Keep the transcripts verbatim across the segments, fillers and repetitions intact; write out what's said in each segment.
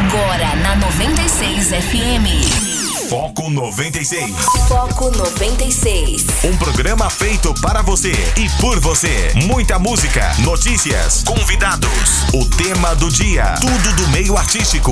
Agora na noventa e seis F M. Foco noventa e seis. Foco noventa e seis. Um programa feito para você e por você. Muita música, notícias, convidados, o tema do dia, tudo do meio artístico.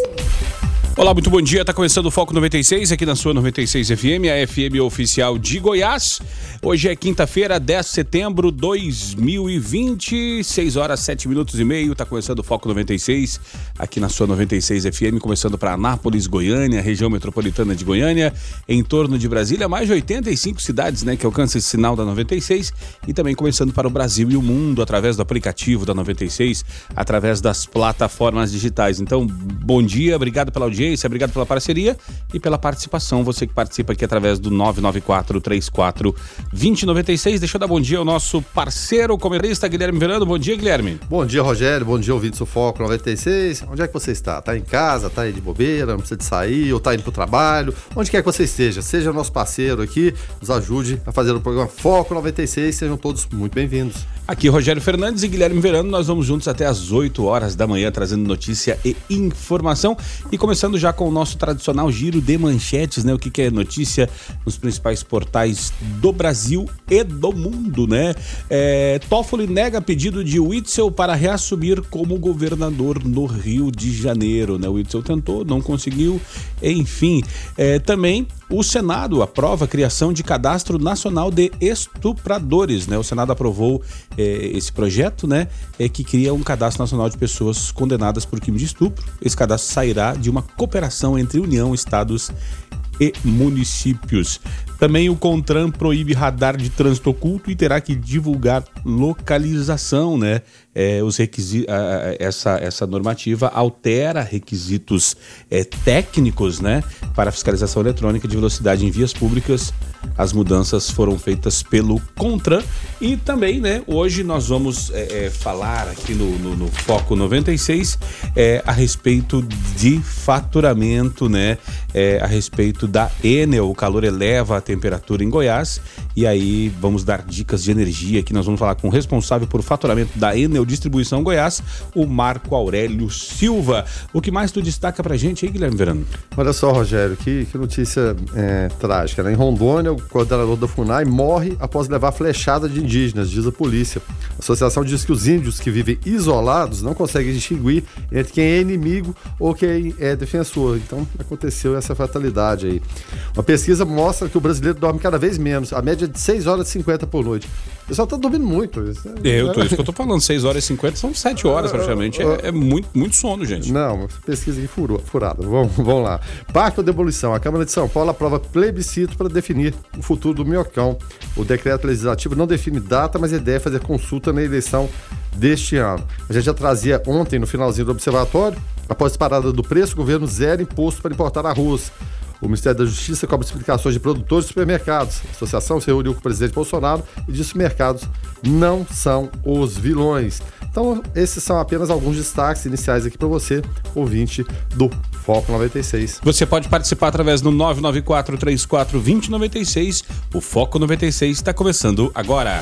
Olá, muito bom dia. Tá começando o Foco noventa e seis aqui na sua noventa e seis F M, a F M oficial de Goiás. Hoje é quinta-feira, dez de setembro de dois mil e vinte, seis horas, sete minutos e meio. Tá começando o Foco noventa e seis aqui na sua noventa e seis F M, começando para Anápolis, Goiânia, região metropolitana de Goiânia, em torno de Brasília, mais de oitenta e cinco cidades, né, que alcançam esse sinal da noventa e seis, e também começando para o Brasil e o mundo através do aplicativo da noventa e seis, através das plataformas digitais. Então, bom dia, obrigado pela audiência. Obrigado pela parceria e pela participação. Você que participa aqui através do nove nove quatro, três quatro, dois zero nove seis. Deixa eu dar bom dia ao nosso parceiro comentarista Guilherme Verano. Bom dia, Guilherme. Bom dia, Rogério. Bom dia, ouvintes do Foco noventa e seis. Onde é que você está? Tá em casa? Tá aí de bobeira? Não precisa de sair? Ou tá indo pro trabalho? Onde quer que você esteja? Seja nosso parceiro aqui, nos ajude a fazer o programa Foco noventa e seis. Sejam todos muito bem-vindos. Aqui Rogério Fernandes e Guilherme Verano, nós vamos juntos até às oito horas da manhã, trazendo notícia e informação. E começando já com o nosso tradicional giro de manchetes, né? O que, que é notícia nos principais portais do Brasil e do mundo, né? É, Toffoli nega pedido de Witzel para reassumir como governador no Rio de Janeiro, né? O Witzel tentou, não conseguiu, enfim. É, também o Senado aprova a criação de cadastro nacional de estupradores, né? O Senado aprovou é, esse projeto, né? É, que cria um cadastro nacional de pessoas condenadas por crime de estupro. Esse cadastro sairá de uma cooperação entre União, Estados e municípios. Também o CONTRAN proíbe radar de trânsito oculto e terá que divulgar localização, né? É, os requisitos, essa, essa normativa altera requisitos é, técnicos, né? Para fiscalização eletrônica de velocidade em vias públicas. As mudanças foram feitas pelo CONTRAN. E também, né? Hoje nós vamos é, é, falar aqui no, no, no Foco noventa e seis é, a respeito de faturamento, né? É, a respeito da Enel. O calor eleva a temperatura em Goiás, e aí vamos dar dicas de energia aqui. Nós vamos falar com o responsável por faturamento da Enel Distribuição Goiás, o Marco Aurélio Silva. O que mais tu destaca pra gente aí, Guilherme Verano? Olha só, Rogério, que, que notícia é, trágica, né? Em Rondônia, o coordenador da FUNAI morre após levar flechada de indígenas, diz a polícia. A associação diz que os índios que vivem isolados não conseguem distinguir entre quem é inimigo ou quem é defensor. Então aconteceu essa fatalidade aí. Uma pesquisa mostra que o brasileiro dorme cada vez menos, a média é de seis horas e cinquenta por noite. O pessoal tá dormindo muito. É, eu tô, isso que eu tô falando, seis horas e cinquenta são sete horas praticamente. É, é muito, muito sono, gente. Não, pesquisa aqui furou, furada. Vamos, vamos lá. Parque ou demolição? A Câmara de São Paulo aprova plebiscito para definir o futuro do Minhocão. O decreto legislativo não define data, mas a ideia é fazer consulta na eleição deste ano. A gente já trazia ontem, no finalzinho do observatório, após a disparada do preço, o governo zera imposto para importar arroz. O Ministério da Justiça cobra explicações de produtores de supermercados. A associação se reuniu com o presidente Bolsonaro e disse que os mercados não são os vilões. Então, esses são apenas alguns destaques iniciais aqui para você, ouvinte do Foco noventa e seis. Você pode participar através do nove nove quatro, três quatro, dois zero nove seis. O Foco noventa e seis está começando agora.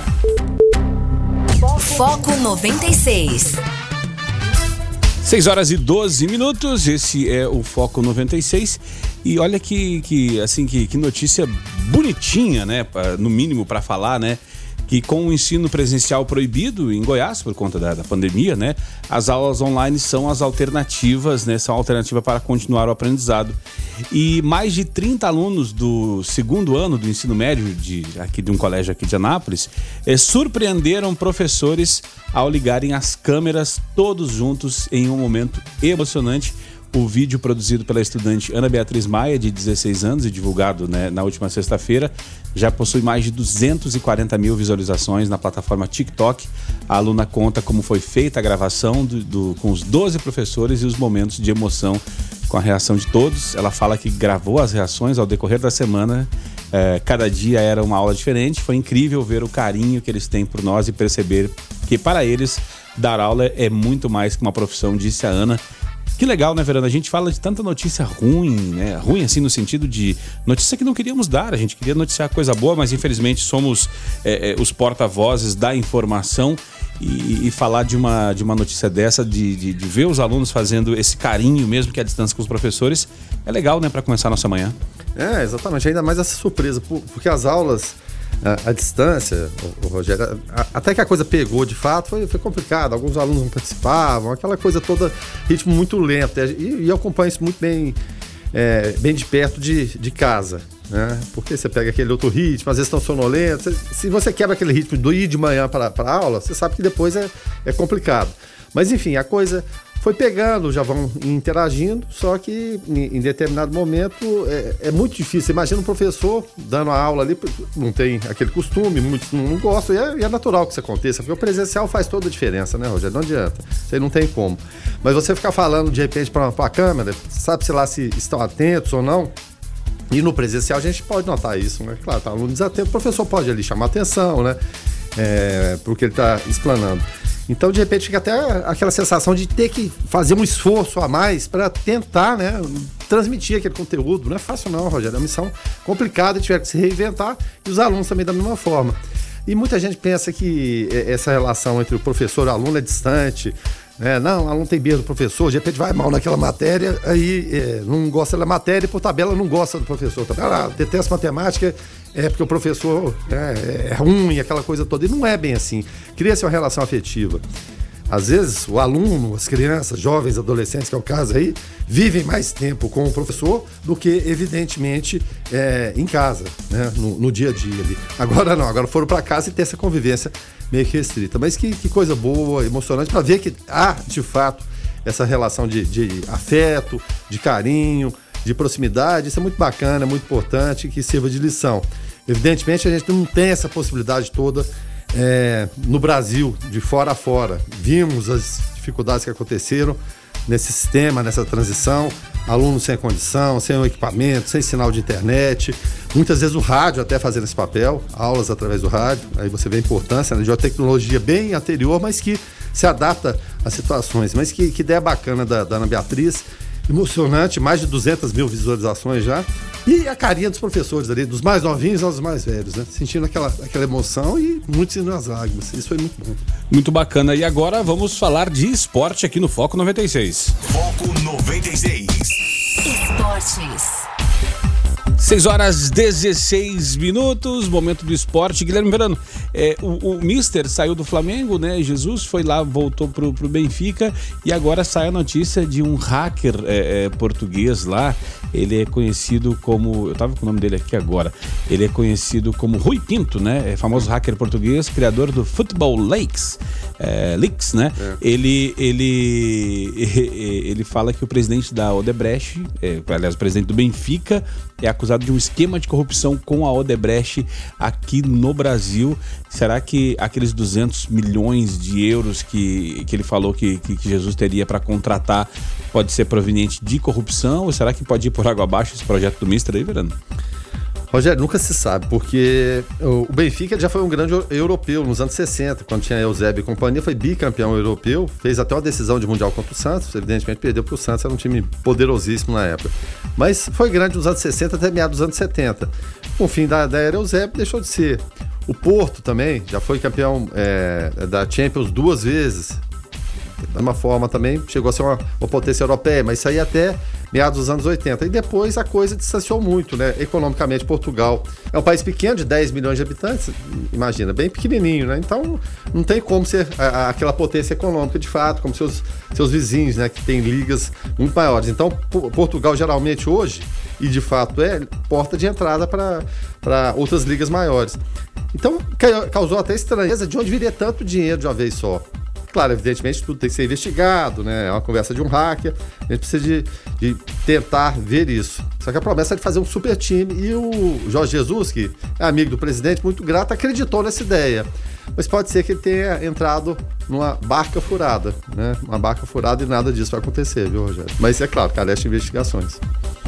Foco noventa e seis. seis horas e doze minutos, esse é o Foco noventa e seis. E olha que, que, assim, que, que notícia bonitinha, né? No mínimo para falar, né? Que com o ensino presencial proibido em Goiás, por conta da, da pandemia, né? As aulas online são as alternativas, né? São a alternativa para continuar o aprendizado. E mais de trinta alunos do segundo ano do ensino médio de, aqui de um colégio aqui de Anápolis eh, surpreenderam professores ao ligarem as câmeras todos juntos em um momento emocionante. O vídeo produzido pela estudante Ana Beatriz Maia, de dezesseis anos, e divulgado, né, na última sexta-feira, já possui mais de duzentos e quarenta mil visualizações na plataforma TikTok. A aluna conta como foi feita a gravação do, do, com os doze professores e os momentos de emoção com a reação de todos. Ela fala que gravou as reações ao decorrer da semana. É, cada dia era uma aula diferente. Foi incrível ver o carinho que eles têm por nós e perceber que, para eles, dar aula é muito mais que uma profissão, disse a Ana. Que legal, né, Verano? A gente fala de tanta notícia ruim, né? Ruim, assim, no sentido de notícia que não queríamos dar. A gente queria noticiar coisa boa, mas infelizmente somos é, é, os porta-vozes da informação. e, e falar de uma, de uma notícia dessa, de, de, de ver os alunos fazendo esse carinho, mesmo que à distância com os professores, é legal, né, para começar a nossa manhã. É, exatamente, ainda mais essa surpresa, porque as aulas à distância, o, o Rogério, a, até que a coisa pegou de fato, foi, foi complicado, alguns alunos não participavam, aquela coisa toda, ritmo muito lento, e, e eu acompanho isso muito bem, é, bem de perto de, de casa, né? Porque você pega aquele outro ritmo, às vezes estão sonolentos, se você quebra aquele ritmo do ir de manhã para a aula, você sabe que depois é, é complicado, mas enfim, a coisa foi pegando, já vão interagindo, só que em, em determinado momento é, é muito difícil. Imagina um professor dando a aula ali, não tem aquele costume, muitos não gostam, e é, e é natural que isso aconteça, porque o presencial faz toda a diferença, né, Rogério? Não adianta, isso aí não tem como. Mas você ficar falando de repente para a câmera, sabe-se lá se estão atentos ou não, e no presencial a gente pode notar isso, né? Claro, tá aluno desatento, o professor pode ali chamar atenção, né, é, porque ele está explanando. Então, de repente, fica até aquela sensação de ter que fazer um esforço a mais para tentar, né, transmitir aquele conteúdo. Não é fácil não, Rogério, é uma missão complicada, tiver que se reinventar, e os alunos também da mesma forma. E muita gente pensa que essa relação entre o professor e o aluno é distante, né? Não, o aluno tem medo do professor, de repente vai mal naquela matéria, aí é, não gosta da matéria e por tabela não gosta do professor. Ah, detesta matemática, é porque o professor é, é ruim, aquela coisa toda. E não é bem assim. Cria-se uma relação afetiva. Às vezes, o aluno, as crianças, jovens, adolescentes, que é o caso aí, vivem mais tempo com o professor do que, evidentemente, é, em casa, né? no, no dia a dia ali. Agora não, agora foram para casa e ter essa convivência meio que restrita. Mas que, que coisa boa, emocionante, para ver que há, de fato, essa relação de, de afeto, de carinho, de proximidade. Isso é muito bacana, é muito importante, que sirva de lição. Evidentemente, a gente não tem essa possibilidade toda É, no Brasil, de fora a fora. Vimos as dificuldades que aconteceram nesse sistema, nessa transição, alunos sem condição, sem o equipamento, sem sinal de internet, muitas vezes o rádio até fazendo esse papel, aulas através do rádio, aí você vê a importância, né, de uma tecnologia bem anterior, mas que se adapta às situações. Mas que, que ideia bacana da, da Ana Beatriz, emocionante, mais de duzentas mil visualizações já. E a carinha dos professores ali, dos mais novinhos aos mais velhos, né? Sentindo aquela, aquela emoção e muitos nas lágrimas. Isso foi muito bom. Muito bacana. E agora vamos falar de esporte aqui no Foco noventa e seis. Foco noventa e seis. Esportes. seis horas dezesseis minutos, momento do esporte. Guilherme Verano, é, o, o Mister saiu do Flamengo, né? Jesus foi lá, voltou pro, pro Benfica e agora sai a notícia de um hacker é, é, português lá. Ele é conhecido como, eu tava com o nome dele aqui agora, ele é conhecido como Rui Pinto, né? É famoso hacker português, criador do Football Leaks, é, Leaks, né? É. Ele, ele, ele fala que o presidente da Odebrecht, é, aliás, o presidente do Benfica, é acusado de um esquema de corrupção com a Odebrecht aqui no Brasil. Será que aqueles duzentos milhões de euros que, que ele falou que, que, que Jesus teria para contratar pode ser proveniente de corrupção? Ou será que pode ir por água abaixo esse projeto do Mister aí, Verano? Rogério, nunca se sabe, porque o Benfica já foi um grande europeu nos anos sessenta, quando tinha Eusébio e companhia, foi bicampeão europeu, fez até uma decisão de mundial contra o Santos, evidentemente perdeu para o Santos, era um time poderosíssimo na época, mas foi grande nos anos sessenta até meados dos anos setenta. Com o fim da, da era Eusébio, deixou de ser. O Porto também já foi campeão é, da Champions duas vezes, da mesma forma também chegou a ser uma, uma potência europeia, mas isso aí até meados dos anos oitenta. E depois a coisa distanciou muito, né? Economicamente, Portugal é um país pequeno, de dez milhões de habitantes, imagina, bem pequenininho, né? Então não tem como ser a, a, aquela potência econômica de fato, como seus, seus vizinhos, né? Que tem ligas muito maiores. Então Portugal geralmente hoje, e de fato é, porta de entrada para outras ligas maiores. Então causou até estranheza de onde viria tanto dinheiro de uma vez só. Claro, evidentemente tudo tem que ser investigado, né? É uma conversa de um hacker, a gente precisa de, de tentar ver isso. Só que a promessa é de fazer um super time e o Jorge Jesus, que é amigo do presidente, muito grato, acreditou nessa ideia. Mas pode ser que ele tenha entrado numa barca furada, né? Uma barca furada e nada disso vai acontecer, viu, Rogério? Mas é claro, carece investigações.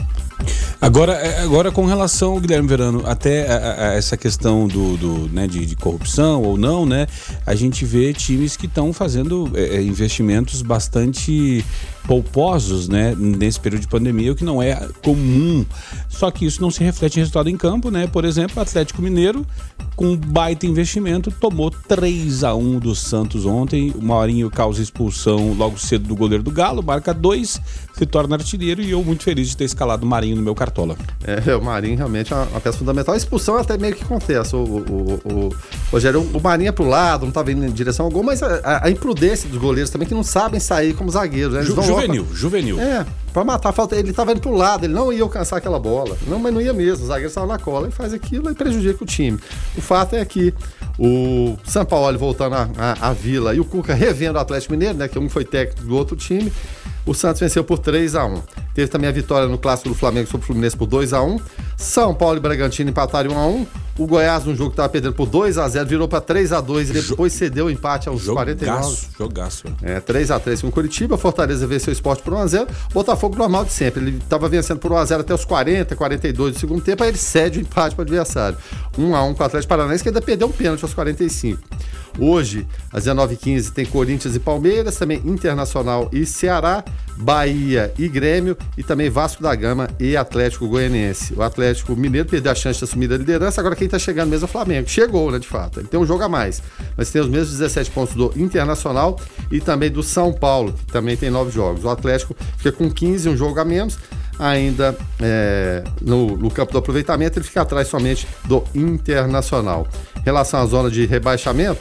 Agora, agora com relação, Guilherme Verano, até a, a essa questão do, do, né, de, de corrupção ou não, né? A gente vê times que estão fazendo é, investimentos bastante polposos, né, nesse período de pandemia, o que não é comum. Só que isso não se reflete em resultado em campo, né? Por exemplo, o Atlético Mineiro, com baita investimento, tomou três a um do Santos ontem. O Maurinho causa expulsão logo cedo do goleiro do Galo, marca dois, se torna artilheiro, e eu muito feliz de ter escalado o Marinho no meu cartola. É, o Marinho realmente é uma, uma peça fundamental. A expulsão até meio que acontece. O, o, o, o, Rogério, o Marinho é pro lado, não tá vindo em direção ao gol, mas a, a, a imprudência dos goleiros também, que não sabem sair como zagueiros. Né? Eles Ju, vão juvenil, pra... juvenil. É, pra matar a falta. Ele tava indo pro lado, ele não ia alcançar aquela bola. Não, mas não ia mesmo. Os zagueiros estavam na cola e faz aquilo e prejudica o time. O fato é que o Sampaoli voltando à Vila e o Cuca revendo o Atlético Mineiro, né? Que um foi técnico do outro time. O Santos venceu por três a um. Teve também a vitória no clássico do Flamengo sobre o Fluminense por dois a um. São Paulo e Bragantino empataram um a um. O Goiás, num jogo que estava perdendo por dois a zero, virou para três a dois e depois cedeu o empate aos jogaço, quarenta e nove. Jogaço. É, três a três com o Curitiba. Fortaleza venceu o Sport por um a zero. Botafogo normal de sempre. Ele estava vencendo por um a zero até os quarenta, quarenta e dois do segundo tempo. Aí ele cede o empate para o adversário. um a um com o Atlético Paranaense, que ainda perdeu um pênalti aos quarenta e cinco. Hoje, às dezenove e quinze, tem Corinthians e Palmeiras, também Internacional e Ceará, Bahia e Grêmio, e também Vasco da Gama e Atlético Goianiense. O Atlético Mineiro perdeu a chance de assumir a liderança, agora quem está chegando mesmo é o Flamengo. Chegou, né, de fato. Ele tem um jogo a mais, mas tem os mesmos dezessete pontos do Internacional e também do São Paulo, que também tem nove jogos. O Atlético fica com quinze, um jogo a menos. Ainda é, no, no campo do aproveitamento, ele fica atrás somente do Internacional. Em relação à zona de rebaixamento,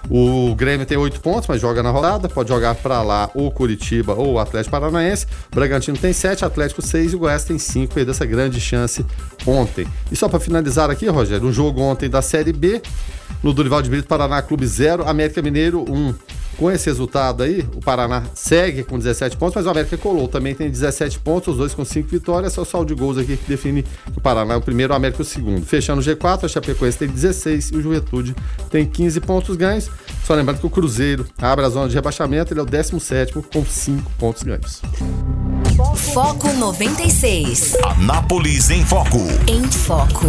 o Grêmio tem oito pontos, mas joga na rodada, pode jogar para lá ou Curitiba ou o Atlético Paranaense. O Bragantino tem sete, Atlético seis e o Goiás tem cinco, perdeu essa grande chance ontem. E só para finalizar aqui, Rogério, um jogo ontem da Série B, no Dorival de Brito, Paraná Clube zero, América Mineiro um. Com esse resultado aí, o Paraná segue com dezessete pontos, mas o América colou, também tem dezessete pontos, os dois com cinco vitórias, só o saldo de gols aqui que define que o Paraná é o primeiro, o América é o segundo. Fechando o G quatro, a Chapecoense tem dezesseis e o Juventude tem quinze pontos ganhos. Só lembrando que o Cruzeiro abre a zona de rebaixamento, ele é o décimo sétimo com cinco pontos ganhos. Foco noventa e seis. Anápolis em Foco. Em Foco.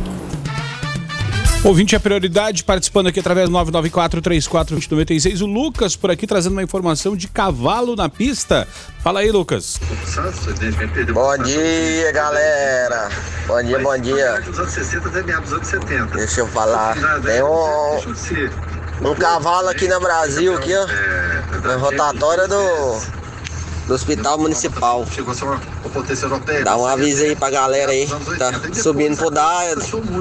Ouvinte é prioridade, participando aqui através do nove nove quatro, três quatro dois nove seis. O Lucas por aqui trazendo uma informação de cavalo na pista. Fala aí, Lucas. Bom dia, galera. Bom dia, bom dia. Deixa eu falar. Tem um, um cavalo aqui no Brasil, aqui, ó. Na rotatória do... do Hospital Municipal. Dá um aviso aí pra galera aí, tá subindo pro Daia.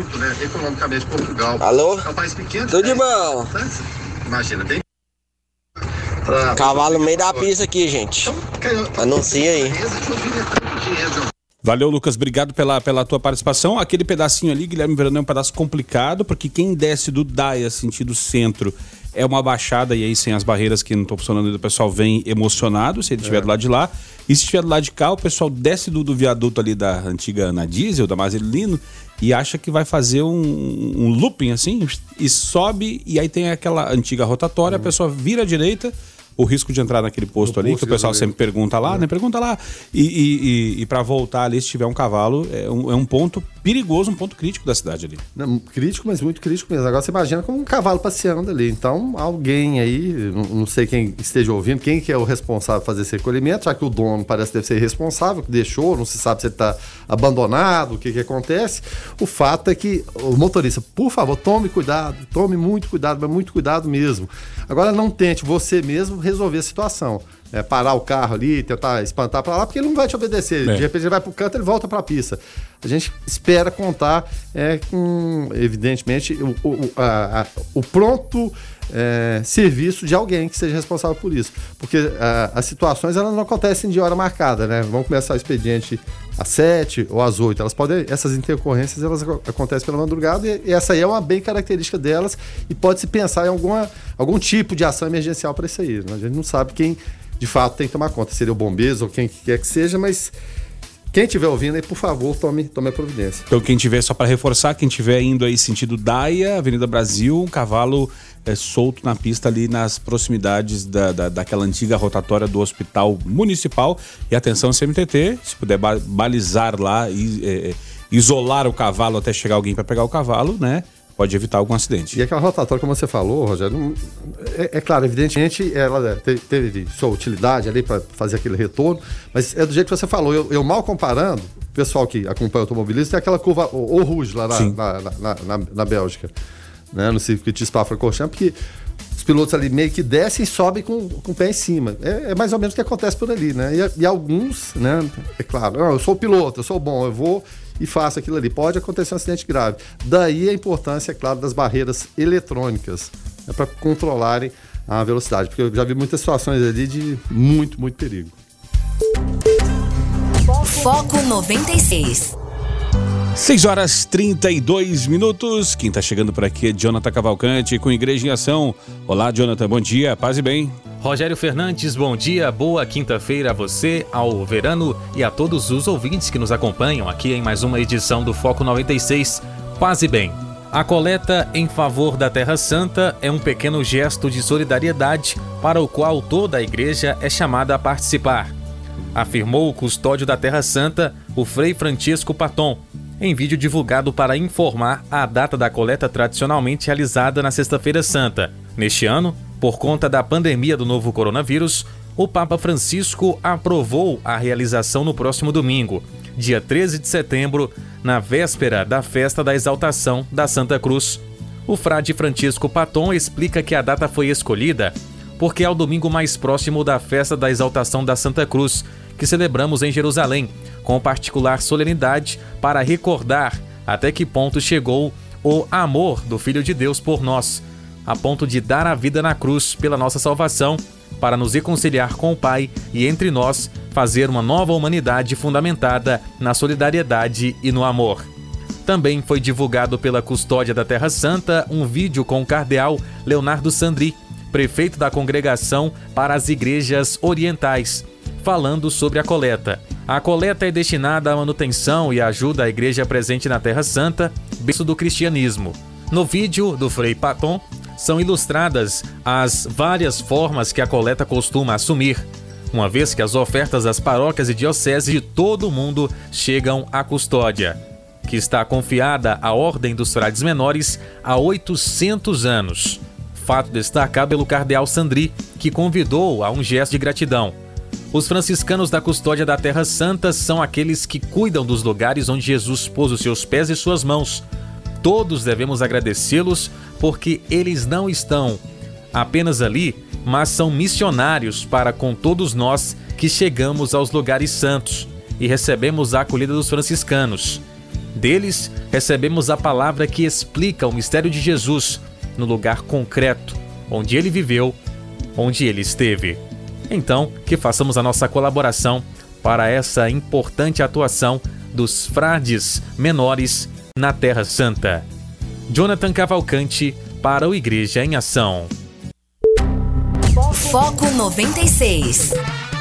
Alô? Tudo de bom? Imagina, tem cavalo no meio da pista aqui, gente. Anuncia aí. Valeu, Lucas, obrigado pela, pela tua participação. Aquele pedacinho ali, Guilherme Verano, é um pedaço complicado, porque quem desce do Daia, sentido centro, é uma baixada, e aí sem as barreiras que não estão funcionando, o pessoal vem emocionado, se ele estiver é. do lado de lá. E se estiver do lado de cá, o pessoal desce do, do viaduto ali da antiga Ana Diesel, da Marcelino, e acha que vai fazer um, um looping assim, e sobe, e aí tem aquela antiga rotatória, uhum. a pessoa vira à direita, o risco de entrar naquele posto no ali, posto que o pessoal sempre pergunta lá, é. né? Pergunta lá. E, e, e, e pra voltar ali, se tiver um cavalo, é um, é um ponto perigoso, um ponto crítico da cidade ali. Não, crítico, mas muito crítico mesmo. Agora você imagina como um cavalo passeando ali. Então, alguém aí, não, não sei quem esteja ouvindo, quem que é o responsável por fazer esse recolhimento, já que o dono parece que deve ser responsável, que deixou, não se sabe se ele está abandonado, o que que acontece. O fato é que o motorista, por favor, tome cuidado, tome muito cuidado, mas muito cuidado mesmo. Agora, não tente você mesmo resolver a situação. É, parar o carro ali, tentar espantar para lá, porque ele não vai te obedecer. É. De repente ele vai pro canto, ele volta para a pista. A gente espera contar é, com, evidentemente, o, o, a, a, o pronto é, serviço de alguém que seja responsável por isso. Porque a, as situações elas não acontecem de hora marcada, né? Vamos começar o expediente às sete ou às oito. Elas podem, essas intercorrências elas acontecem pela madrugada e, e essa aí é uma bem característica delas e pode-se pensar em alguma, algum tipo de ação emergencial para isso aí. Né? A gente não sabe quem de fato tem que tomar conta, seria o bombeiro ou quem quer que seja, mas quem estiver ouvindo aí, por favor, tome, tome a providência. Então quem tiver, só para reforçar, quem estiver indo aí sentido Daia, Avenida Brasil, um cavalo é, solto na pista ali nas proximidades da, da, daquela antiga rotatória do Hospital Municipal. E atenção, C M T T, se puder balizar lá e é, isolar o cavalo até chegar alguém para pegar o cavalo, né? pode evitar algum acidente. E aquela rotatória, como você falou, Rogério, não, é, é claro, evidentemente ela teve, teve sua utilidade ali para fazer aquele retorno, mas é do jeito que você falou. Eu, eu mal comparando, o pessoal que acompanha o automobilismo tem aquela curva, o, o Rouge lá na, na, na, na, na Bélgica, né, no circuito de Spa-Francorchamps, porque os pilotos ali meio que descem e sobem com, com o pé em cima. É, é mais ou menos o que acontece por ali, né? E, e alguns, né? É claro, não, eu sou o piloto, eu sou bom, eu vou e faço aquilo ali. Pode acontecer um acidente grave. Daí a importância, é claro, das barreiras eletrônicas, né, para controlarem a velocidade. Porque eu já vi muitas situações ali de muito, muito perigo. Foco noventa e seis. seis horas e trinta e dois minutos. Quem tá chegando por aqui é Jonathan Cavalcante com Igreja em Ação. Olá, Jonathan, bom dia, paz e bem. Rogério Fernandes, bom dia, boa quinta-feira a você, ao Verano e a todos os ouvintes que nos acompanham aqui em mais uma edição do Foco noventa e seis. Paz e bem. A coleta em favor da Terra Santa é um pequeno gesto de solidariedade para o qual toda a igreja é chamada a participar, afirmou o custódio da Terra Santa, o Frei Francisco Paton, em vídeo divulgado para informar a data da coleta tradicionalmente realizada na Sexta-feira Santa. Neste ano, por conta da pandemia do novo coronavírus, o Papa Francisco aprovou a realização no próximo domingo, dia treze de setembro, na véspera da festa da exaltação da Santa Cruz. O frade Francisco Paton explica que a data foi escolhida porque é o domingo mais próximo da festa da exaltação da Santa Cruz, que celebramos em Jerusalém, com particular solenidade para recordar até que ponto chegou o amor do Filho de Deus por nós, a ponto de dar a vida na cruz pela nossa salvação, para nos reconciliar com o Pai e entre nós fazer uma nova humanidade fundamentada na solidariedade e no amor. Também foi divulgado pela Custódia da Terra Santa um vídeo com o cardeal Leonardo Sandri, prefeito da Congregação para as Igrejas Orientais, falando sobre a coleta. A coleta é destinada à manutenção e ajuda à igreja presente na Terra Santa, berço do cristianismo. No vídeo do Frei Paton, são ilustradas as várias formas que a coleta costuma assumir, uma vez que as ofertas das paróquias e dioceses de todo o mundo chegam à custódia, que está confiada à Ordem dos Frades Menores há oitocentos anos. Fato destacado pelo cardeal Sandri, que convidou a um gesto de gratidão. Os franciscanos da Custódia da Terra Santa são aqueles que cuidam dos lugares onde Jesus pôs os seus pés e suas mãos. Todos devemos agradecê-los porque eles não estão apenas ali, mas são missionários para com todos nós que chegamos aos lugares santos e recebemos a acolhida dos franciscanos. Deles, recebemos a palavra que explica o mistério de Jesus no lugar concreto, onde ele viveu, onde ele esteve. Então, que façamos a nossa colaboração para essa importante atuação dos frades menores na Terra Santa. Jonathan Cavalcante para o Igreja em Ação. Foco noventa e seis.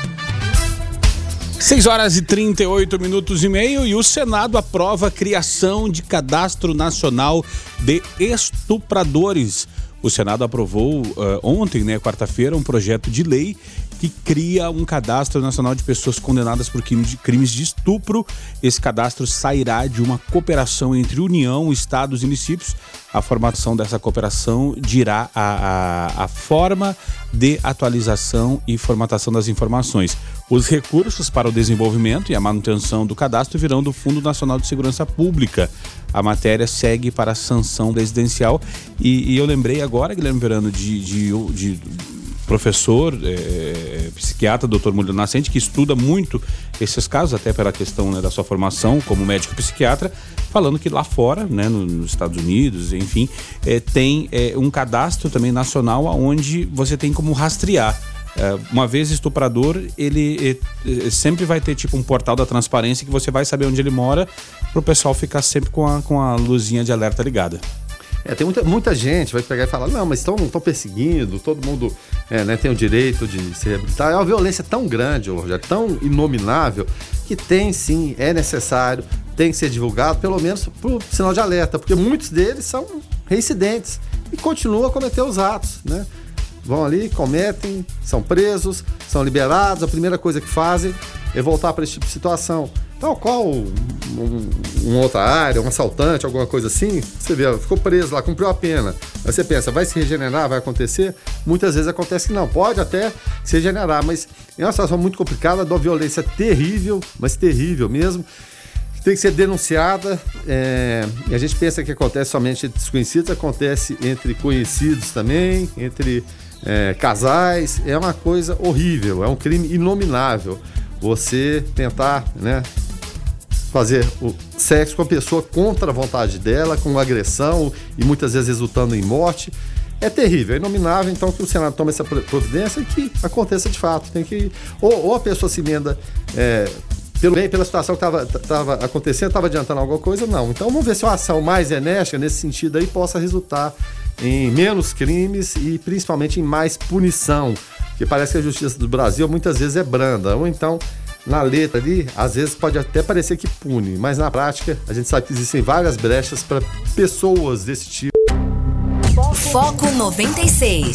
seis horas e trinta e oito minutos e meio e o Senado aprova a criação de Cadastro Nacional de Estupradores. O Senado aprovou uh, ontem, né, quarta-feira, um projeto de lei que cria um cadastro nacional de pessoas condenadas por crimes de estupro. Esse cadastro sairá de uma cooperação entre União, Estados e municípios. A formação dessa cooperação dirá a, a, a forma de atualização e formatação das informações. Os recursos para o desenvolvimento e a manutenção do cadastro virão do Fundo Nacional de Segurança Pública. A matéria segue para a sanção presidencial. E, e eu lembrei agora, Guilherme Verano, de... de, de professor, é, psiquiatra, doutor Murilo Nascente, que estuda muito esses casos, até pela questão, né, da sua formação como médico psiquiatra, falando que lá fora, né, nos Estados Unidos, enfim, é, tem é, um cadastro também nacional onde você tem como rastrear. É, uma vez estuprador, ele é, sempre vai ter tipo um portal da transparência que você vai saber onde ele mora, para o pessoal ficar sempre com a, com a luzinha de alerta ligada. É, tem muita, muita gente vai pegar e falar, não, mas estão perseguindo, todo mundo é, né, tem o direito de se reabilitar. É uma violência tão grande, Rogério, tão inominável, que tem sim, é necessário, tem que ser divulgado, pelo menos por sinal de alerta, porque muitos deles são reincidentes e continuam a cometer os atos, né? Vão ali, cometem, são presos, são liberados, a primeira coisa que fazem ele voltar para esse tipo de situação. Tal qual um, um, uma outra área, um assaltante, alguma coisa assim, você vê, ficou preso lá, cumpriu a pena. Aí você pensa, vai se regenerar, vai acontecer? Muitas vezes acontece que não, pode até se regenerar, mas é uma situação muito complicada, de uma violência terrível, mas terrível mesmo. Tem que ser denunciada, é, e a gente pensa que acontece somente entre desconhecidos, acontece entre conhecidos também, entre é, casais, é uma coisa horrível, é um crime inominável. Você tentar, né, fazer o sexo com a pessoa contra a vontade dela, com agressão e muitas vezes resultando em morte, é terrível, é inominável. Então que o Senado tome essa providência e que aconteça de fato. Tem que, ou, ou a pessoa se emenda é, pelo bem, pela situação que estava acontecendo, estava adiantando alguma coisa, não. Então vamos ver se uma ação mais enérgica nesse sentido aí possa resultar em menos crimes e principalmente em mais punição, porque parece que a justiça do Brasil muitas vezes é branda, ou então na letra ali, às vezes pode até parecer que pune, mas na prática a gente sabe que existem várias brechas para pessoas desse tipo. Foco noventa e seis.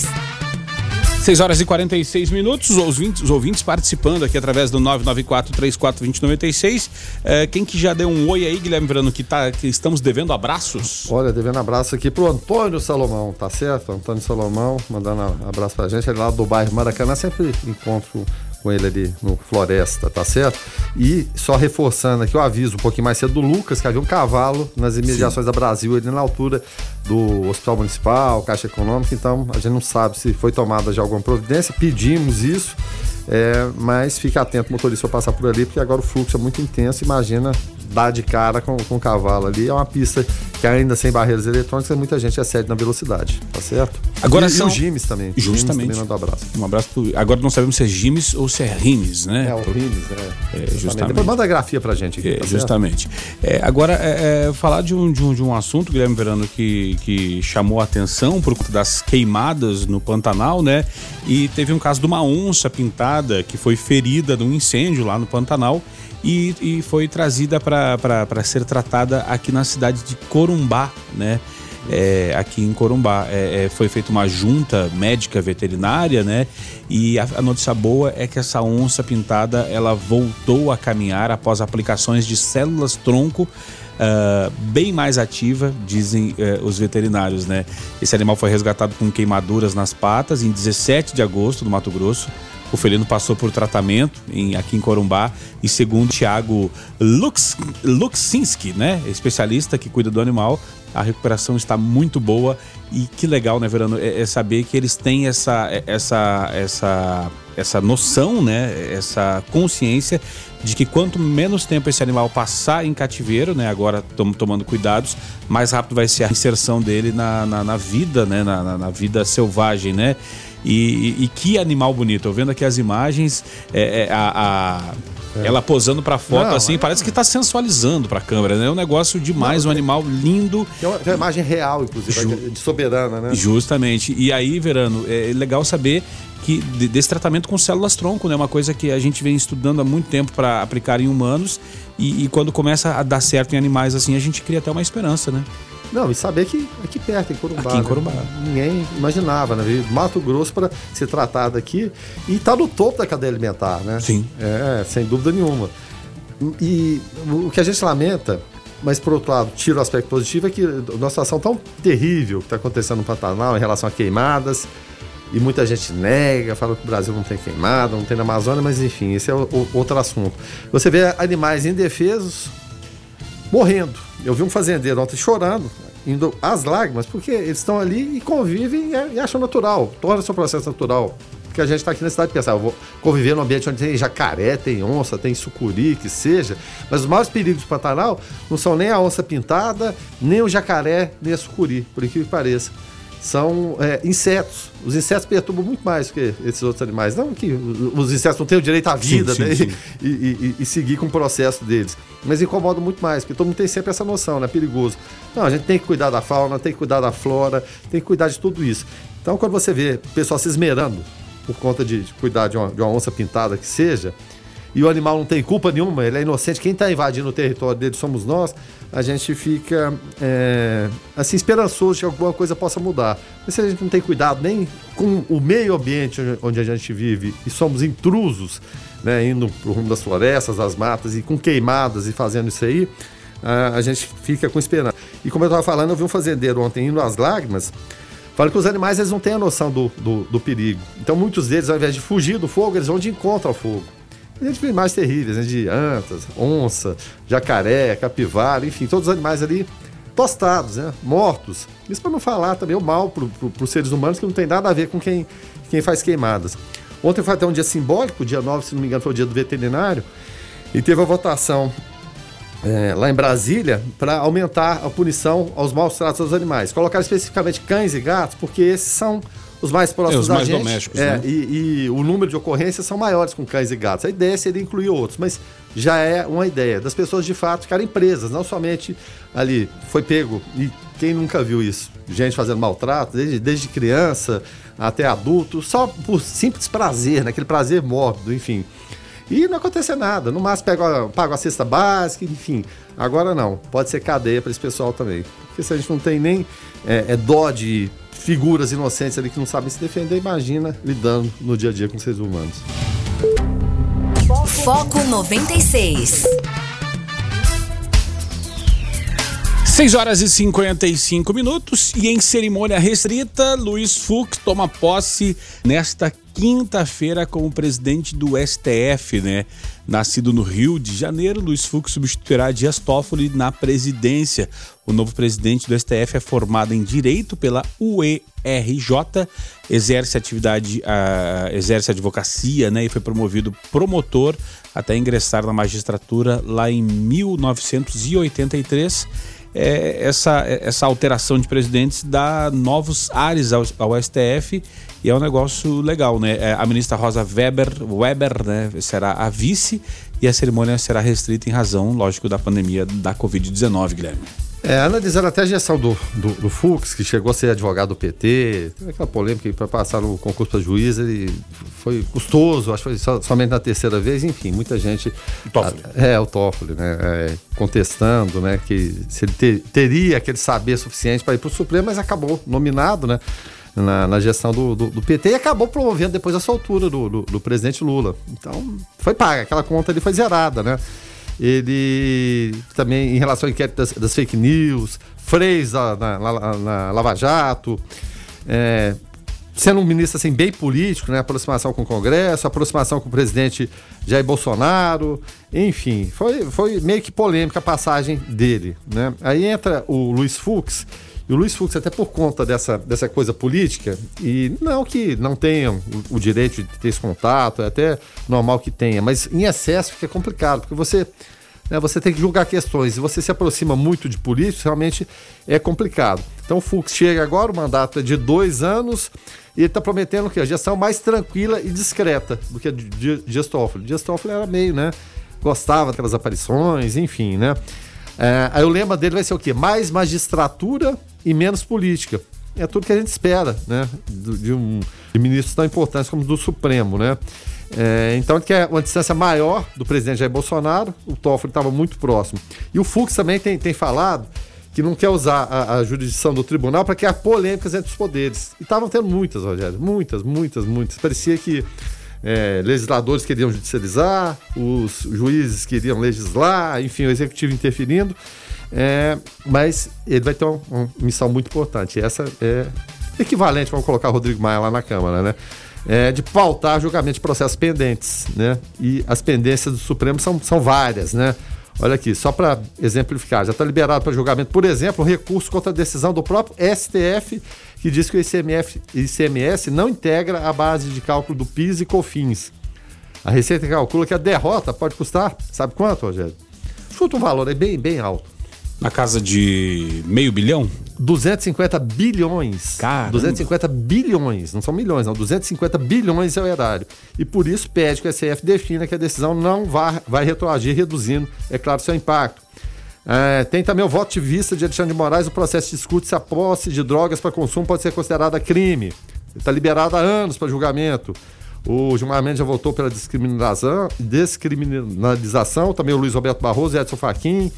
seis horas e quarenta e seis minutos, os ouvintes, os ouvintes participando aqui através do nove nove quatro, três quatro dois zero nove seis. É, quem que já deu um oi aí, Guilherme Verano, que, tá, que estamos devendo abraços? Olha, devendo abraço aqui pro Antônio Salomão, tá certo? Antônio Salomão, mandando um abraço pra gente, ele lá do bairro Maracanã, sempre encontro com ele ali no Floresta, tá certo? E só reforçando aqui o aviso um pouquinho mais cedo do Lucas, que havia um cavalo nas imediações Sim. da Brasil, ali na altura do Hospital Municipal, Caixa Econômica, então a gente não sabe se foi tomada já alguma providência, pedimos isso, é, mas fique atento, motorista, para passar por ali, porque agora o fluxo é muito intenso, imagina dar de cara com, com o cavalo ali, é uma pista que ainda sem barreiras eletrônicas, muita gente excede na velocidade, tá certo? Agora e, são... e o Gimes também. Justamente. Gimes também manda um abraço. Um abraço pro... Agora não sabemos se é Gimes ou se é Rimes, né? É, o Rimes, né? É, justamente. Depois manda a grafia pra gente aqui, é, tá justamente. É, agora, é, é, falar de um, de, um, de um assunto, Guilherme Verano, que, que chamou a atenção por conta das queimadas no Pantanal, né? E teve um caso de uma onça pintada que foi ferida num incêndio lá no Pantanal e, e foi trazida para ser tratada aqui na cidade de Corumbá, né? É, aqui em Corumbá é, é, foi feita uma junta médica veterinária, né? E a, a notícia boa é que essa onça pintada ela voltou a caminhar após aplicações de células tronco uh, bem mais ativa, dizem uh, os veterinários, né? Esse animal foi resgatado com queimaduras nas patas em dezessete de agosto no Mato Grosso. O felino passou por tratamento em, aqui em Corumbá e segundo Thiago Lux, Luxinski, né, especialista que cuida do animal, a recuperação está muito boa e que legal, né, Verano, é, é saber que eles têm essa, essa, essa, essa noção, né, essa consciência de que quanto menos tempo esse animal passar em cativeiro, né, agora estamos tomando cuidados, mais rápido vai ser a inserção dele na, na, na vida, né, na, na, na vida selvagem, né. E, e, e que animal bonito, eu vendo aqui as imagens, é, é, a, a, é. ela posando pra foto não, assim, é... parece que tá sensualizando pra câmera, né? É um negócio demais, não, um tem... animal lindo. Tem uma, tem uma imagem real, inclusive, Ju... de soberana, né? Justamente. E aí, Verano, é legal saber que desse tratamento com células-tronco, né? Uma coisa que a gente vem estudando há muito tempo para aplicar em humanos e, e quando começa a dar certo em animais assim, a gente cria até uma esperança, né? Não, e saber que aqui perto, em Corumbá. Aqui em Corumbá. Né? Ninguém imaginava, né? Veio do Mato Grosso para ser tratado aqui e tá no topo da cadeia alimentar, né? Sim. É, sem dúvida nenhuma. E o que a gente lamenta, mas por outro lado, tira o aspecto positivo, é que uma situação tão terrível que está acontecendo no Pantanal em relação a queimadas, e muita gente nega, fala que o Brasil não tem queimada, não tem na Amazônia, mas enfim, esse é o, o, outro assunto. Você vê animais indefesos morrendo. Eu vi um fazendeiro ontem chorando, indo às lágrimas, porque eles estão ali e convivem e acham natural, torna seu processo natural. Porque a gente está aqui na cidade pensando, eu vou conviver num ambiente onde tem jacaré, tem onça, tem sucuri, que seja, mas os maiores perigos do Pantanal não são nem a onça pintada, nem o jacaré, nem a sucuri, por incrível que pareça. São é, insetos. Os insetos perturbam muito mais do que esses outros animais. Não que os insetos não tenham direito à vida, sim, sim, né? Sim. E, e, e seguir com o processo deles. Mas incomodam muito mais, porque todo mundo tem sempre essa noção, né? É perigoso. Não, a gente tem que cuidar da fauna, tem que cuidar da flora, tem que cuidar de tudo isso. Então, quando você vê o pessoal se esmerando por conta de, de cuidar de uma, de uma onça pintada que seja, e o animal não tem culpa nenhuma, ele é inocente, quem está invadindo o território dele somos nós, a gente fica é, assim, esperançoso de que alguma coisa possa mudar. Mas se a gente não tem cuidado nem com o meio ambiente onde a gente vive e somos intrusos, né, indo para o rumo das florestas, das matas e com queimadas e fazendo isso aí, a, a gente fica com esperança. E como eu estava falando, eu vi um fazendeiro ontem indo às lágrimas, fala que os animais eles não têm a noção do, do, do perigo. Então muitos deles, ao invés de fugir do fogo, eles vão de encontro ao fogo. A gente vê animais terríveis, né? De antas, onça, jacaré, capivara, enfim, todos os animais ali tostados, né? Mortos. Isso para não falar também o mal para pro, os seres humanos, que não tem nada a ver com quem, quem faz queimadas. Ontem foi até um dia simbólico, dia nove, se não me engano, foi o dia do veterinário, e teve a votação é, lá em Brasília para aumentar a punição aos maus tratos aos animais. Colocar especificamente cães e gatos, porque esses são os mais próximos é, os da mais gente, domésticos, é, né? e, e o número de ocorrências são maiores com cães e gatos. A ideia seria incluir outros, mas já é uma ideia das pessoas de fato ficarem presas, não somente ali, foi pego, e quem nunca viu isso? Gente fazendo maltrato, desde, desde criança até adulto, só por simples prazer, né? Aquele prazer mórbido, enfim. E não acontece nada, no máximo pega, paga a cesta básica, enfim. Agora não, pode ser cadeia para esse pessoal também. Porque se a gente não tem nem é, é dó de figuras inocentes ali que não sabem se defender, imagina lidando no dia a dia com seres humanos. Foco noventa e seis. seis horas e cinquenta e cinco minutos e em cerimônia restrita, Luiz Fux toma posse nesta quinta-feira como presidente do S T F, né? Nascido no Rio de Janeiro, Luiz Fux substituirá Dias Toffoli na presidência. O novo presidente do S T F é formado em Direito pela U E R J, exerce atividade, uh, exerce advocacia, né? E foi promovido promotor até ingressar na magistratura lá em mil novecentos e oitenta e três. É, essa, essa alteração de presidentes dá novos ares ao, ao S T F e é um negócio legal, né? É, a ministra Rosa Weber, Weber, né, será a vice e a cerimônia será restrita em razão, lógico, da pandemia da covid dezenove, Guilherme. É, analisando até a gestão do, do, do Fux, que chegou a ser advogado do P T, teve aquela polêmica para passar no concurso para juiz, ele foi custoso, acho que foi so, somente na terceira vez, enfim, muita gente... O Toffoli. A, é, o Toffoli, né, é, contestando, né, que se ele ter, teria aquele saber suficiente para ir para o Supremo, mas acabou nominado, né, na, na gestão do, do, do P T e acabou promovendo depois a soltura do, do, do presidente Lula. Então, foi paga, aquela conta ali foi zerada, né. Ele também, em relação ao inquérito das, das fake news, freios na, na, na, na Lava Jato, é, sendo um ministro assim, bem político, né? Aproximação com o Congresso, aproximação com o presidente Jair Bolsonaro, enfim, foi, foi meio que polêmica a passagem dele, né? Aí entra o Luiz Fux, e o Luiz Fux, até por conta dessa, dessa coisa política, e não que não tenham o, o direito de ter esse contato, é até normal que tenha, mas em excesso fica complicado, porque você, né, você tem que julgar questões, e você se aproxima muito de políticos, realmente é complicado. Então o Fux chega agora, o mandato é de dois anos, e ele está prometendo que a gestão mais tranquila e discreta do que a de Dias Toffoli. Dias Toffoli era meio, né, gostava daquelas aparições, enfim, né. É, aí o lema dele vai ser o quê? Mais magistratura e menos política. É tudo que a gente espera, né? De, de um de ministros tão importantes como do Supremo, né? É, então ele quer uma distância maior do presidente Jair Bolsonaro, o Toffoli estava muito próximo. E o Fux também tem, tem falado que não quer usar a, a jurisdição do tribunal para criar polêmicas entre os poderes. E estavam tendo muitas, Rogério, muitas, muitas, muitas. Parecia que É, legisladores queriam judicializar, os juízes queriam legislar, enfim, o executivo interferindo, é, mas ele vai ter uma, uma missão muito importante. Essa é equivalente, vamos colocar o Rodrigo Maia lá na Câmara, né? É, de pautar julgamento de processos pendentes, né? E as pendências do Supremo são, são várias, né? Olha aqui, só para exemplificar, já está liberado para julgamento, por exemplo, um recurso contra a decisão do próprio S T F, que diz que o I C M F, I C M S não integra a base de cálculo do PIS e COFINS. A Receita calcula que a derrota pode custar, sabe quanto, Rogério? Chuta um valor aí bem, bem alto. Na casa de meio bilhão? duzentos e cinquenta bilhões. Caramba. duzentos e cinquenta bilhões, não são milhões, não. duzentos e cinquenta bilhões é o erário. E por isso pede que o S T F defina que a decisão não vai, vai retroagir, reduzindo, é claro, seu impacto. É, tem também o voto de vista de Alexandre de Moraes. O processo discute se a posse de drogas para consumo pode ser considerada crime. Está liberado há anos para julgamento. O Gilmar Mendes já votou pela descriminalização, descriminalização, também o Luiz Roberto Barroso, Edson Fachin,